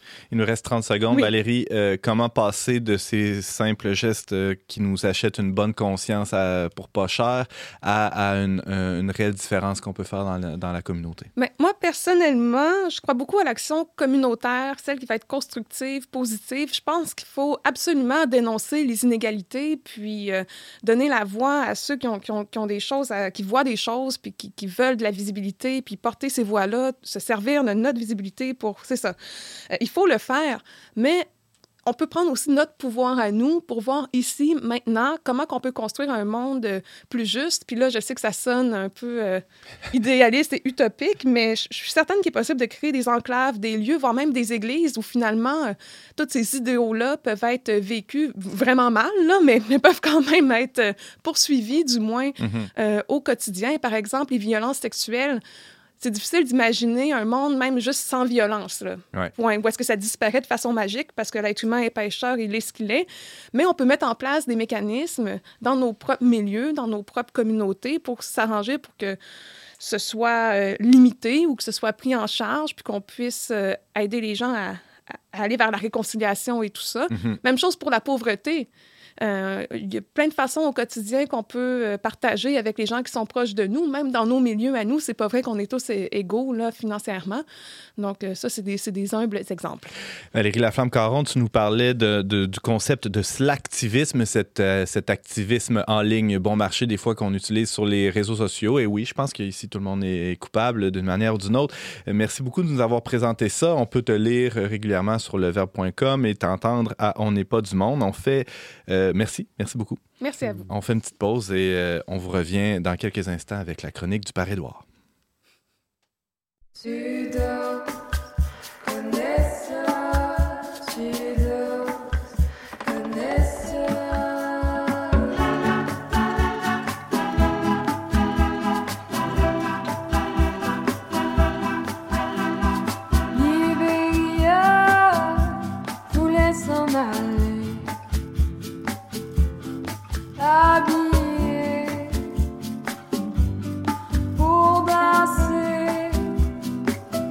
Il nous reste 30 secondes. Oui. Valérie, comment passer de ces simples gestes qui nous achètent une bonne conscience pour pas cher à une réelle différence qu'on peut faire dans la communauté? Mais moi, personnellement, je crois beaucoup à l'action communautaire, celle qui va être constructive, positive. Je pense qu'il faut absolument dénoncer les inégalités, puis donner la voix à ceux qui ont des choses, qui voient des choses, puis qui veulent de la visibilité, puis porter ces voix-là, se servir de notre visibilité pour... C'est ça. Il faut le faire, mais on peut prendre aussi notre pouvoir à nous pour voir ici, maintenant, comment on peut construire un monde plus juste. Puis là, je sais que ça sonne un peu idéaliste et utopique, mais je suis certaine qu'il est possible de créer des enclaves, des lieux, voire même des églises où finalement, tous ces idéaux-là peuvent être vécus vraiment mal, là, mais peuvent quand même être poursuivis, du moins, au quotidien. Par exemple, les violences sexuelles. C'est difficile d'imaginer un monde même juste sans violence, là. Ouais. Point. Où est-ce que ça disparaît de façon magique parce que l'être humain est pécheur, il est ce qu'il est. Mais on peut mettre en place des mécanismes dans nos propres milieux, dans nos propres communautés pour s'arranger pour que ce soit limité ou que ce soit pris en charge puis qu'on puisse aider les gens à aller vers la réconciliation et tout ça. Même chose pour la pauvreté. Il y a plein de façons au quotidien qu'on peut partager avec les gens qui sont proches de nous, même dans nos milieux à nous. C'est pas vrai qu'on est tous égaux là, financièrement. Donc, ça, c'est des humbles exemples. Valérie Laflamme-Caron, tu nous parlais du concept de slacktivisme, cet activisme en ligne bon marché, des fois qu'on utilise sur les réseaux sociaux. Et oui, je pense qu'ici, tout le monde est coupable d'une manière ou d'une autre. Merci beaucoup de nous avoir présenté ça. On peut te lire régulièrement sur leverbe.com et t'entendre à On n'est pas du monde. On fait... merci beaucoup. Merci à vous. On fait une petite pause et on vous revient dans quelques instants avec la chronique du Père Édouard. Tu dois connaître ça, tu dois connaître ça. Libéria voulait s'en aller, habillé pour danser.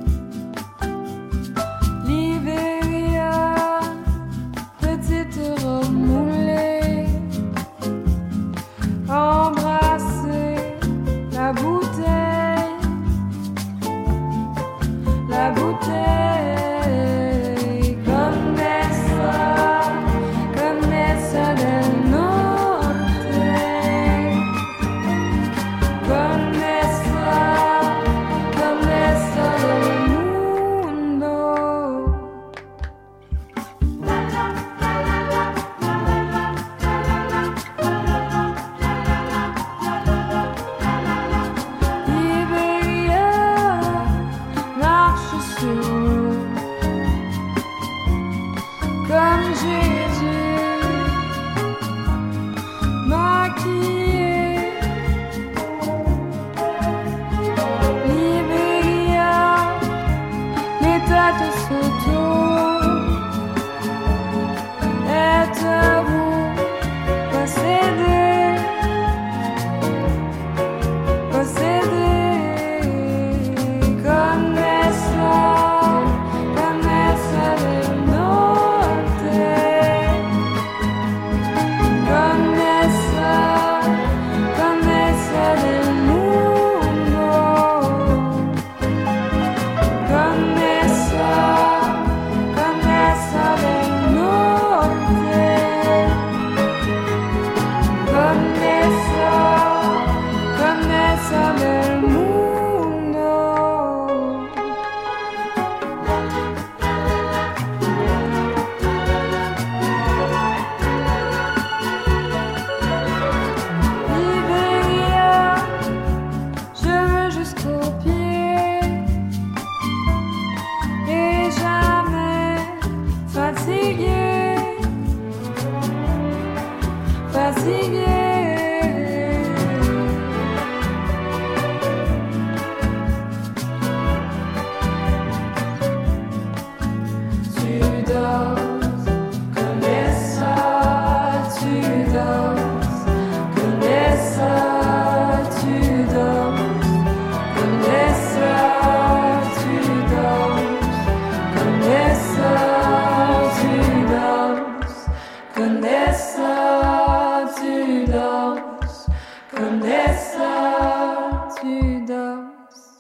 Condessa, tu danses.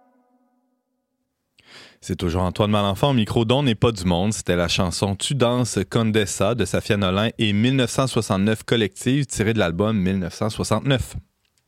C'est toujours Antoine Malenfant au micro d'On n'est pas du monde. C'était la chanson Tu danses Condessa de Safia Nolin et 1969 Collective tirée de l'album 1969.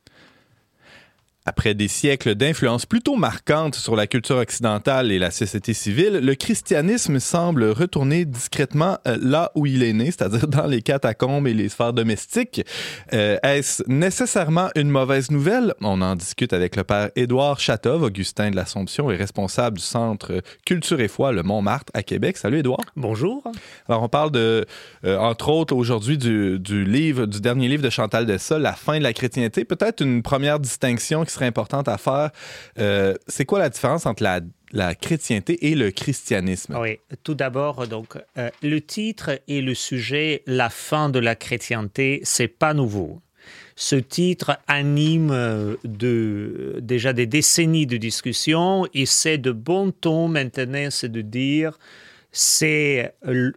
Après des siècles d'influence plutôt marquante sur la culture occidentale et la société civile, le christianisme semble retourner discrètement là où il est né, c'est-à-dire dans les catacombes et les sphères domestiques. Est-ce nécessairement une mauvaise nouvelle? On en discute avec le père Édouard Chatov, Augustin de l'Assomption et responsable du Centre Culture et Foi, le Montmartre, à Québec. Salut Édouard. Bonjour. Alors on parle entre autres aujourd'hui du dernier livre de Chantal Dessau, La fin de la chrétienté. Peut-être une première distinction qui serait importante à faire. C'est quoi la différence entre la chrétienté et le christianisme? Oui, tout d'abord, donc, le titre et le sujet, la fin de la chrétienté, c'est pas nouveau. Ce titre anime déjà des décennies de discussion et c'est de bon ton maintenant, c'est de dire c'est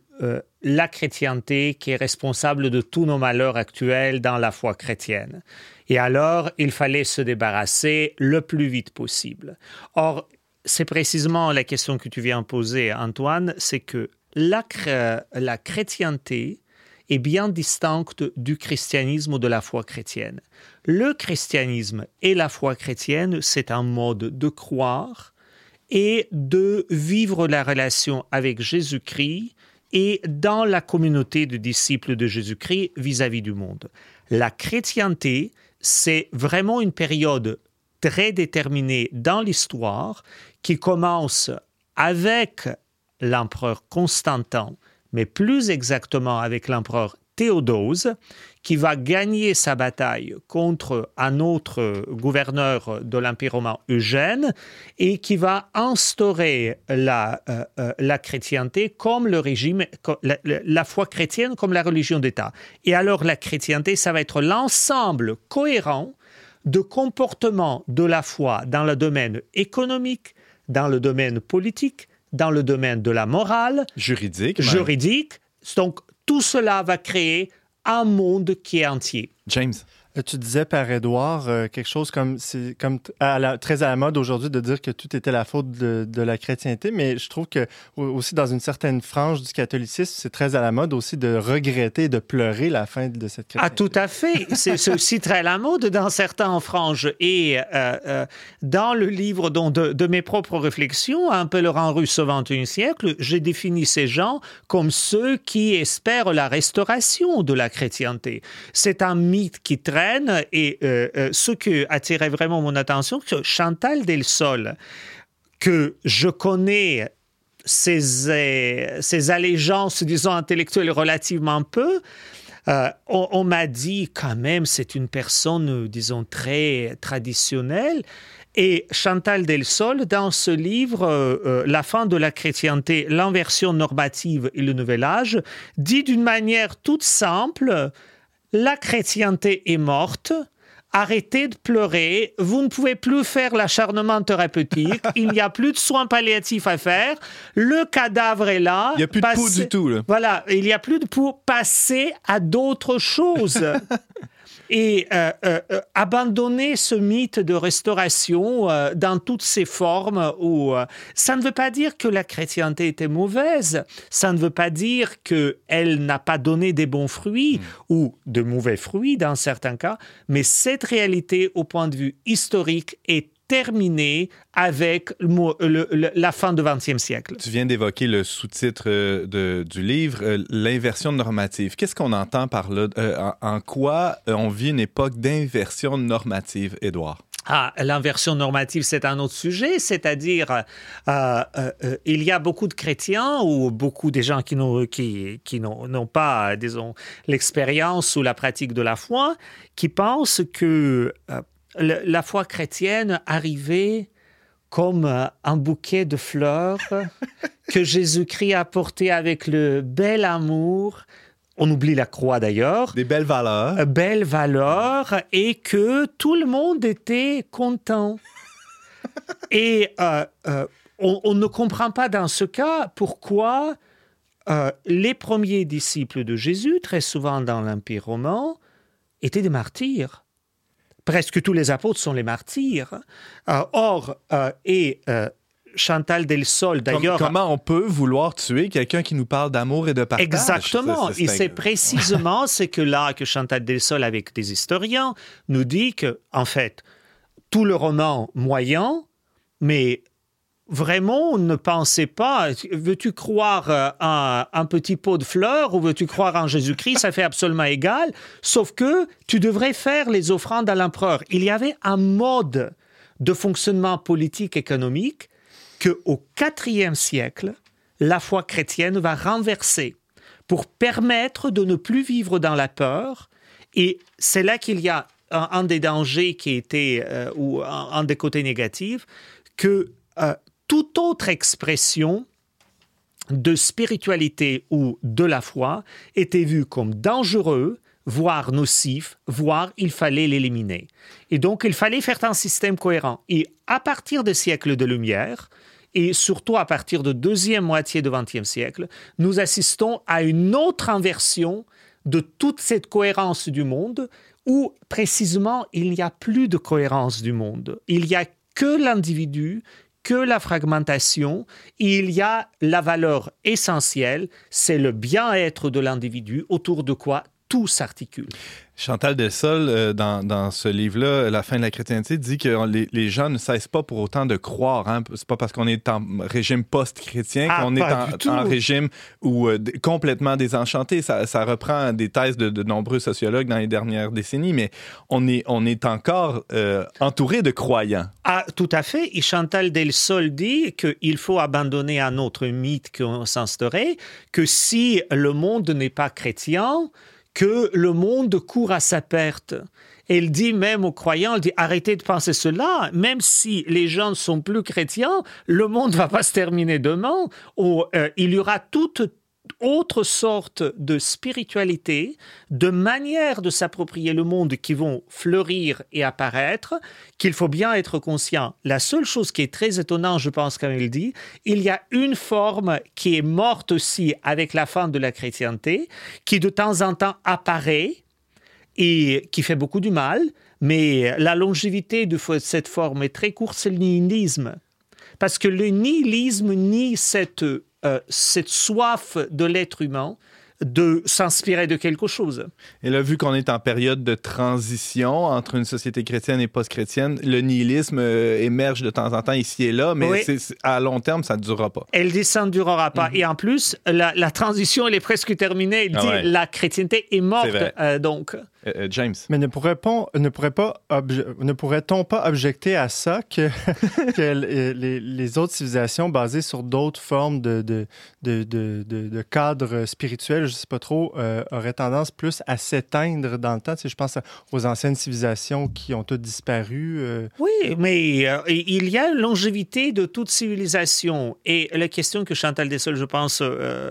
la chrétienté qui est responsable de tous nos malheurs actuels dans la foi chrétienne. Et alors, il fallait se débarrasser le plus vite possible. Or, c'est précisément la question que tu viens poser, Antoine, c'est que la chrétienté est bien distincte du christianisme ou de la foi chrétienne. Le christianisme et la foi chrétienne, c'est un mode de croire et de vivre la relation avec Jésus-Christ et dans la communauté de disciples de Jésus-Christ vis-à-vis du monde. La chrétienté, c'est vraiment une période très déterminée dans l'histoire qui commence avec l'empereur Constantin, mais plus exactement avec l'empereur Théodose, qui va gagner sa bataille contre un autre gouverneur de l'Empire romain, Eugène, et qui va instaurer la chrétienté comme le régime, la foi chrétienne comme la religion d'État. Et alors la chrétienté, ça va être l'ensemble cohérent de comportements de la foi dans le domaine économique, dans le domaine politique, dans le domaine de la morale, juridique. Donc, tout cela va créer un monde qui est entier. James. Tu disais, Père Édouard, quelque chose comme très à la mode aujourd'hui de dire que tout était la faute de la chrétienté, mais je trouve que aussi dans une certaine frange du catholicisme, c'est très à la mode aussi de regretter, de pleurer la fin de cette chrétienté. Ah, tout à fait. C'est aussi très à la mode dans certains franges. Et dans le livre de mes propres réflexions, Un pèlerin russe au XXIe siècle, j'ai défini ces gens comme ceux qui espèrent la restauration de la chrétienté. C'est un mythe qui traîne. Et ce qui attirait vraiment mon attention, c'est Chantal Delsol, que je connais ses allégeances, disons, intellectuelles relativement peu. On m'a dit quand même, c'est une personne, disons, très traditionnelle. Et Chantal Delsol, dans ce livre, La fin de la chrétienté, l'inversion normative et le nouvel âge, dit d'une manière toute simple: la chrétienté est morte, arrêtez de pleurer, vous ne pouvez plus faire l'acharnement thérapeutique, il n'y a plus de soins palliatifs à faire, le cadavre est là. Il n'y a plus de pouls du tout, là. Voilà, il n'y a plus de pouls, passez à d'autres choses. Et abandonner ce mythe de restauration dans toutes ses formes, ça ne veut pas dire que la chrétienté était mauvaise, ça ne veut pas dire qu'elle n'a pas donné des bons fruits ou de mauvais fruits dans certains cas, mais cette réalité au point de vue historique est terminée avec la fin du XXe siècle. Tu viens d'évoquer le sous-titre du livre, l'inversion normative. Qu'est-ce qu'on entend par là? En quoi on vit une époque d'inversion normative, Édouard? L'inversion normative, c'est un autre sujet, c'est-à-dire il y a beaucoup de chrétiens ou beaucoup de gens qui n'ont pas, disons, l'expérience ou la pratique de la foi, qui pensent que la foi chrétienne arrivait comme un bouquet de fleurs que Jésus-Christ a porté avec le bel amour. On oublie la croix d'ailleurs. Des belles valeurs. Belles valeurs, et que tout le monde était content. Et on ne comprend pas dans ce cas pourquoi les premiers disciples de Jésus, très souvent dans l'Empire romain, étaient des martyrs. presque tous les apôtres sont les martyrs. Chantal del Sol, d'ailleurs... Comment on peut vouloir tuer quelqu'un qui nous parle d'amour et de partage? Exactement. Et c'est précisément ce que Chantal del Sol, avec des historiens, nous dit que, en fait, tout le roman moyen, mais vraiment, ne pensez pas, veux-tu croire à un petit pot de fleurs ou veux-tu croire en Jésus-Christ, ça fait absolument égal, sauf que tu devrais faire les offrandes à l'empereur. Il y avait un mode de fonctionnement politique économique qu'au IVe siècle, la foi chrétienne va renverser pour permettre de ne plus vivre dans la peur. Et c'est là qu'il y a un des dangers qui était, ou un des côtés négatifs, que toute autre expression de spiritualité ou de la foi était vue comme dangereux, voire nocif, voire il fallait l'éliminer. Et donc, il fallait faire un système cohérent. Et à partir des siècles de Lumière, et surtout à partir de deuxième moitié du XXe siècle, nous assistons à une autre inversion de toute cette cohérence du monde, où précisément il n'y a plus de cohérence du monde. Il n'y a que l'individu, que la fragmentation, et il y a la valeur essentielle, c'est le bien-être de l'individu, autour de quoi tout s'articule. Chantal del Sol, dans ce livre-là, La fin de la chrétienté, dit que les gens ne cessent pas pour autant de croire. Hein? C'est pas parce qu'on est en régime post-chrétien qu'on est en régime complètement désenchanté. Ça reprend des thèses de nombreux sociologues dans les dernières décennies, mais on est encore entouré de croyants. Ah, tout à fait. Et Chantal del Sol dit qu'il faut abandonner un autre mythe qu'on s'instaurait, que si le monde n'est pas chrétien, que le monde court à sa perte. Elle dit même aux croyants, elle dit arrêtez de penser cela, même si les gens ne sont plus chrétiens, le monde ne va pas se terminer demain. Il y aura toute autre sorte de spiritualité, de manière de s'approprier le monde qui vont fleurir et apparaître, qu'il faut bien être conscient. La seule chose qui est très étonnante, je pense, comme il dit, il y a une forme qui est morte aussi avec la fin de la chrétienté, qui de temps en temps apparaît et qui fait beaucoup du mal, mais la longévité de cette forme est très courte, c'est le nihilisme. Parce que le nihilisme nie cette soif de l'être humain de s'inspirer de quelque chose. Et là, vu qu'on est en période de transition entre une société chrétienne et post-chrétienne, le nihilisme émerge de temps en temps ici et là, mais oui. À long terme, ça ne durera pas. Elle dit ça ne durera pas. Et en plus, la transition, elle est presque terminée. Elle dit la chrétienté est morte. Donc... James. Mais ne pourrait-on pas objecter à ça que les autres civilisations basées sur d'autres formes de cadres spirituels, je ne sais pas trop, auraient tendance plus à s'éteindre dans le temps? Tu sais, je pense aux anciennes civilisations qui ont toutes disparu. Oui, mais il y a une longévité de toute civilisation. Et la question que Chantal del Sol, je pense,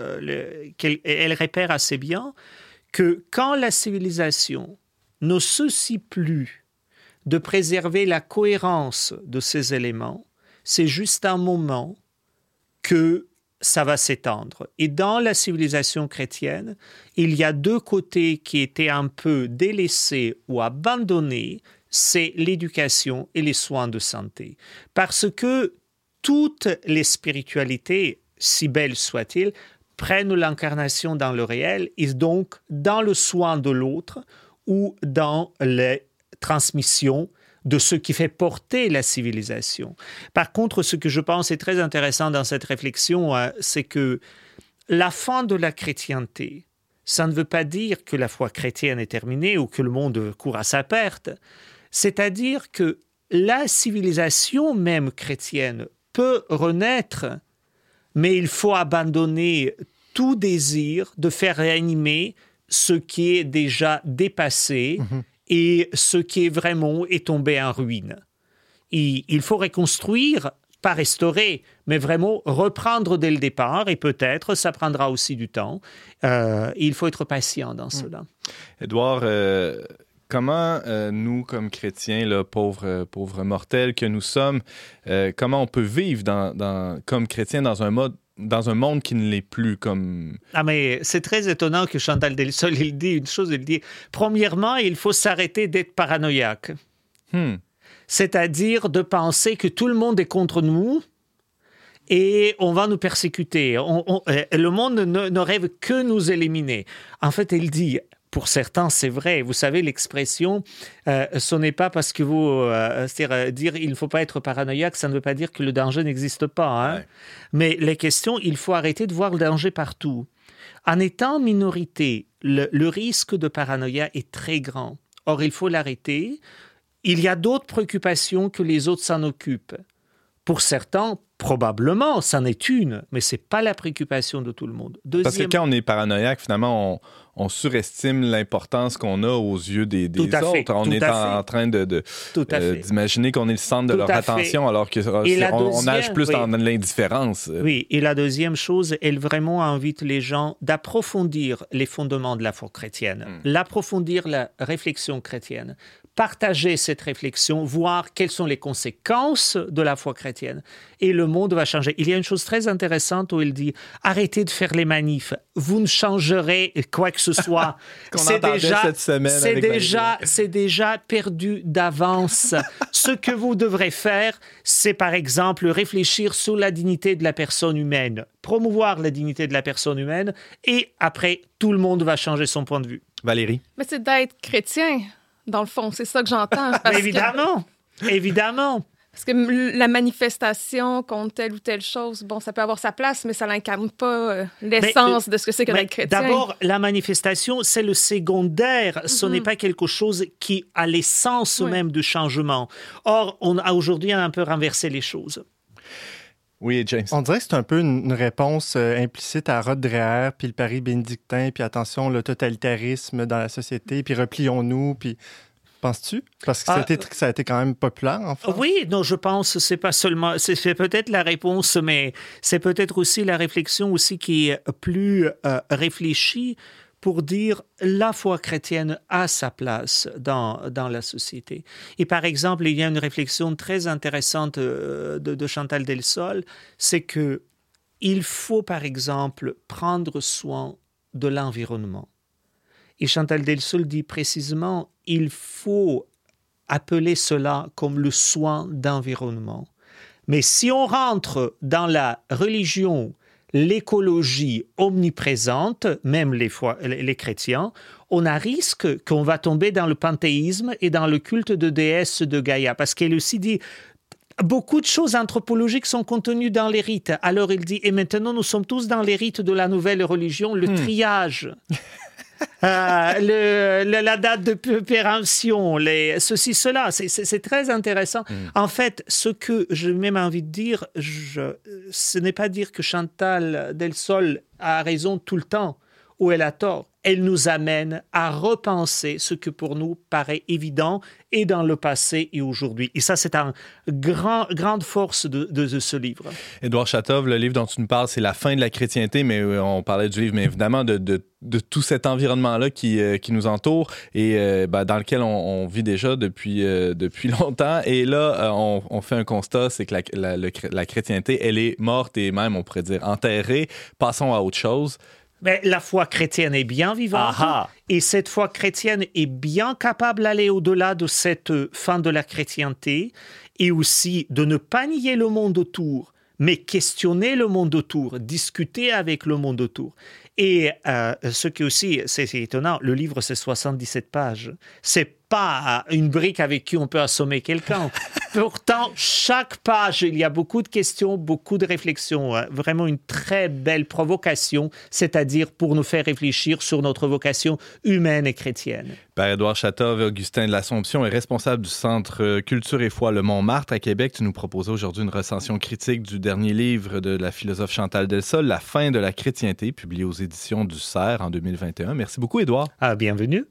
elle répère assez bien, que quand la civilisation ne soucie plus de préserver la cohérence de ces éléments, c'est juste un moment que ça va s'étendre. Et dans la civilisation chrétienne, il y a deux côtés qui étaient un peu délaissés ou abandonnés, c'est l'éducation et les soins de santé. Parce que toutes les spiritualités, si belles soient-ils, prennent l'incarnation dans le réel et donc dans le soin de l'autre ou dans les transmissions de ce qui fait porter la civilisation. Par contre, ce que je pense est très intéressant dans cette réflexion, c'est que la fin de la chrétienté, ça ne veut pas dire que la foi chrétienne est terminée ou que le monde court à sa perte. C'est-à-dire que la civilisation même chrétienne peut renaître, mais il faut abandonner tout désir de faire réanimer ce qui est déjà dépassé et ce qui est vraiment est tombé en ruine. Et il faut reconstruire, pas restaurer, mais vraiment reprendre dès le départ et peut-être ça prendra aussi du temps. Il faut être patient dans cela. Édouard, comment nous, comme chrétiens, là, pauvres mortels que nous sommes, comment on peut vivre comme chrétiens dans un monde qui ne l'est plus comme... Ah, mais c'est très étonnant que Chantal del Sol, il dit une chose, il dit, premièrement, il faut s'arrêter d'être paranoïaque. C'est-à-dire de penser que tout le monde est contre nous et on va nous persécuter. Le monde ne rêve que nous éliminer. En fait, il dit, pour certains, c'est vrai. Vous savez, l'expression ce n'est pas parce que c'est-à-dire dire il ne faut pas être paranoïaque, ça ne veut pas dire que le danger n'existe pas. Hein? Ouais. Mais les questions, il faut arrêter de voir le danger partout. En étant minorité, le risque de paranoïa est très grand. Or, il faut l'arrêter. Il y a d'autres préoccupations que les autres s'en occupent. Pour certains, probablement, c'en est une, mais ce n'est pas la préoccupation de tout le monde. Parce que quand on est paranoïaque, finalement, on surestime l'importance qu'on a aux yeux des autres. On est en train d'imaginer qu'on est le centre de leur attention, alors qu'on nage plus dans l'indifférence. Oui, et la deuxième chose, elle vraiment invite les gens d'approfondir les fondements de la foi chrétienne, l'approfondir la réflexion chrétienne, partager cette réflexion, voir quelles sont les conséquences de la foi chrétienne. Et le monde va changer. Il y a une chose très intéressante où il dit « Arrêtez de faire les manifs. Vous ne changerez quoi que ce soit. » C'est déjà perdu d'avance. Ce que vous devrez faire, c'est par exemple réfléchir sur la dignité de la personne humaine, promouvoir la dignité de la personne humaine, et après, tout le monde va changer son point de vue. Valérie? Mais c'est d'être chrétien. Dans le fond, c'est ça que j'entends. Évidemment. Parce que la manifestation contre telle ou telle chose, bon, ça peut avoir sa place, mais ça n'incarne pas l'essence de ce que c'est que d'être chrétien. D'abord, la manifestation, c'est le secondaire. Ce n'est pas quelque chose qui a l'essence même du changement. Or, on a aujourd'hui un peu renversé les choses. Oui, James. On dirait que c'est un peu une réponse implicite à Rod Dreher, puis le pari bénédictin, puis attention, le totalitarisme dans la société, puis replions-nous, puis... Penses-tu? Parce que ça a été quand même populaire en France. Oui, non, je pense que c'est pas seulement... C'est peut-être la réponse, mais c'est peut-être aussi la réflexion aussi qui est plus réfléchie pour dire la foi chrétienne a sa place dans la société. Et par exemple, il y a une réflexion très intéressante de Chantal Delsol, c'est que il faut par exemple prendre soin de l'environnement. Et Chantal Delsol dit précisément, il faut appeler cela comme le soin d'environnement. Mais si on rentre dans la religion, l'écologie omniprésente, même les chrétiens, on a risque qu'on va tomber dans le panthéisme et dans le culte de déesse de Gaïa. Parce qu'elle aussi dit... Beaucoup de choses anthropologiques sont contenues dans les rites. Alors il dit, et maintenant nous sommes tous dans les rites de la nouvelle religion, le triage. La date de péremption, ceci, cela, c'est très intéressant. En fait, ce que j'ai même envie de dire, ce n'est pas dire que Chantal Delsol a raison tout le temps ou elle a tort. Elle nous amène à repenser ce que pour nous paraît évident et dans le passé et aujourd'hui. Et ça, c'est une grande force de ce livre. Édouard Chatov, le livre dont tu nous parles, c'est La fin de la chrétienté, mais on parlait du livre, mais évidemment de tout cet environnement-là qui nous entoure et dans lequel on vit déjà depuis longtemps. Et là, on fait un constat, c'est que la chrétienté, elle est morte et même, on pourrait dire, enterrée. Passons à autre chose. Mais la foi chrétienne est bien vivante. Et cette foi chrétienne est bien capable d'aller au-delà de cette fin de la chrétienté et aussi de ne pas nier le monde autour, mais questionner le monde autour, discuter avec le monde autour. Et ce qui aussi, c'est étonnant, le livre, c'est 77 pages. C'est pas une brique avec qui on peut assommer quelqu'un. Pourtant, chaque page, il y a beaucoup de questions, beaucoup de réflexions. Vraiment une très belle provocation, c'est-à-dire pour nous faire réfléchir sur notre vocation humaine et chrétienne. Père Édouard Chatov, Augustin de l'Assomption est responsable du Centre Culture et Foi Le Montmartre à Québec. Tu nous proposais aujourd'hui une recension critique du dernier livre de la philosophe Chantal Delsol, La fin de la chrétienté, publié aux éditions du Cerf en 2021. Merci beaucoup, Édouard. Bienvenue.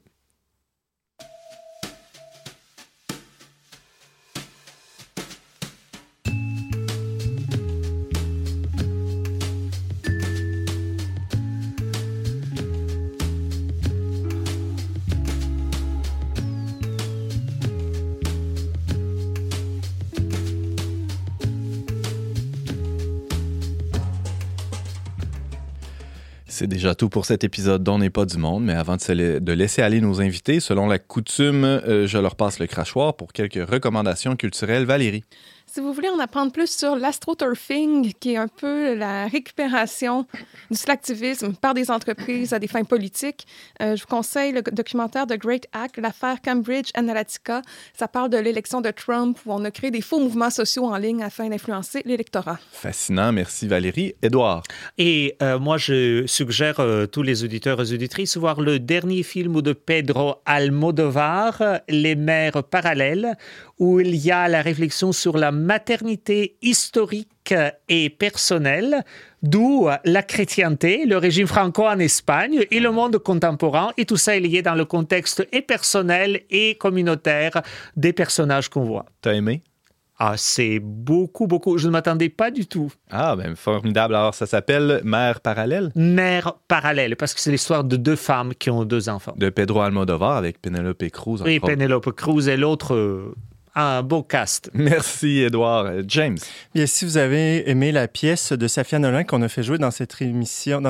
C'est déjà tout pour cet épisode d'On n'est pas du monde, mais avant de laisser aller nos invités, selon la coutume, je leur passe le crachoir pour quelques recommandations culturelles. Valérie. Si vous voulez en apprendre plus sur l'astroturfing, qui est un peu la récupération du slacktivisme par des entreprises à des fins politiques, je vous conseille le documentaire de Great Hack, l'affaire Cambridge Analytica. Ça parle de l'élection de Trump, où on a créé des faux mouvements sociaux en ligne afin d'influencer l'électorat. Fascinant, merci Valérie. Édouard. Et moi, je suggère tous les auditeurs et auditrices voir le dernier film de Pedro Almodóvar, Les mers parallèles, où il y a la réflexion sur la maternité historique et personnelle, d'où la chrétienté, le régime franco en Espagne et le monde contemporain. Et tout ça est lié dans le contexte et personnel et communautaire des personnages qu'on voit. T'as aimé? Ah, c'est beaucoup. Je ne m'attendais pas du tout. Ah, ben formidable. Alors, ça s'appelle Mères parallèles? Mères parallèles, parce que c'est l'histoire de deux femmes qui ont deux enfants. De Pedro Almodóvar avec Penélope Cruz. Oui, Penélope Cruz et l'autre... un beau cast. Merci, Édouard. James. Bien, si vous avez aimé la pièce de Safia Nolin qu'on a fait jouer dans cette émission,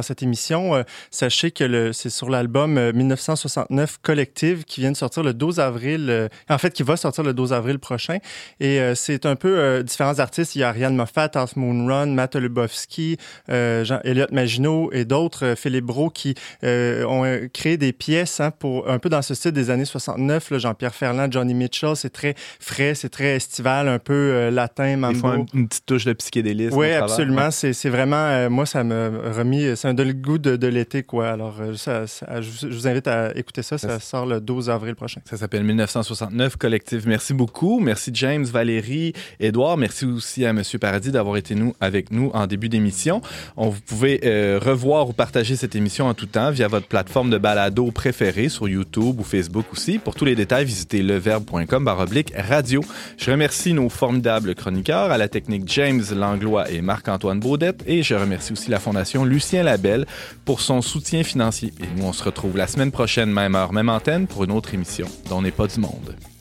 sachez que c'est sur l'album 1969 Collective qui vient de sortir le 12 avril, qui va sortir le 12 avril prochain. Et c'est un peu différents artistes. Il y a Ariane Moffat, Half Moon Run, Matt Lubowski, Elliot Maginot et d'autres, Philippe Brault, qui ont créé des pièces pour un peu dans ce style des années 69. Là, Jean-Pierre Ferland, Johnny Mitchell, c'est très frais, c'est très estival, un peu latin, mambo. Des fois, une petite touche de psychédélisme. Oui, absolument. Ouais. C'est vraiment, moi, ça m'a remis, ça me donne le goût de l'été, quoi. Alors, je vous invite à écouter ça. Ça sort le 12 avril prochain. Ça s'appelle 1969 Collective. Merci beaucoup. Merci James, Valérie, Édouard. Merci aussi à M. Paradis d'avoir été avec nous en début d'émission. Vous pouvez revoir ou partager cette émission en tout temps via votre plateforme de balado préférée sur YouTube ou Facebook aussi. Pour tous les détails, visitez leverbe.com/radio. Je remercie nos formidables chroniqueurs, à la technique James Langlois et Marc-Antoine Baudette, et je remercie aussi la Fondation Lucien Labelle pour son soutien financier. Et nous, on se retrouve la semaine prochaine, même heure, même antenne, pour une autre émission d'On n'est pas du monde.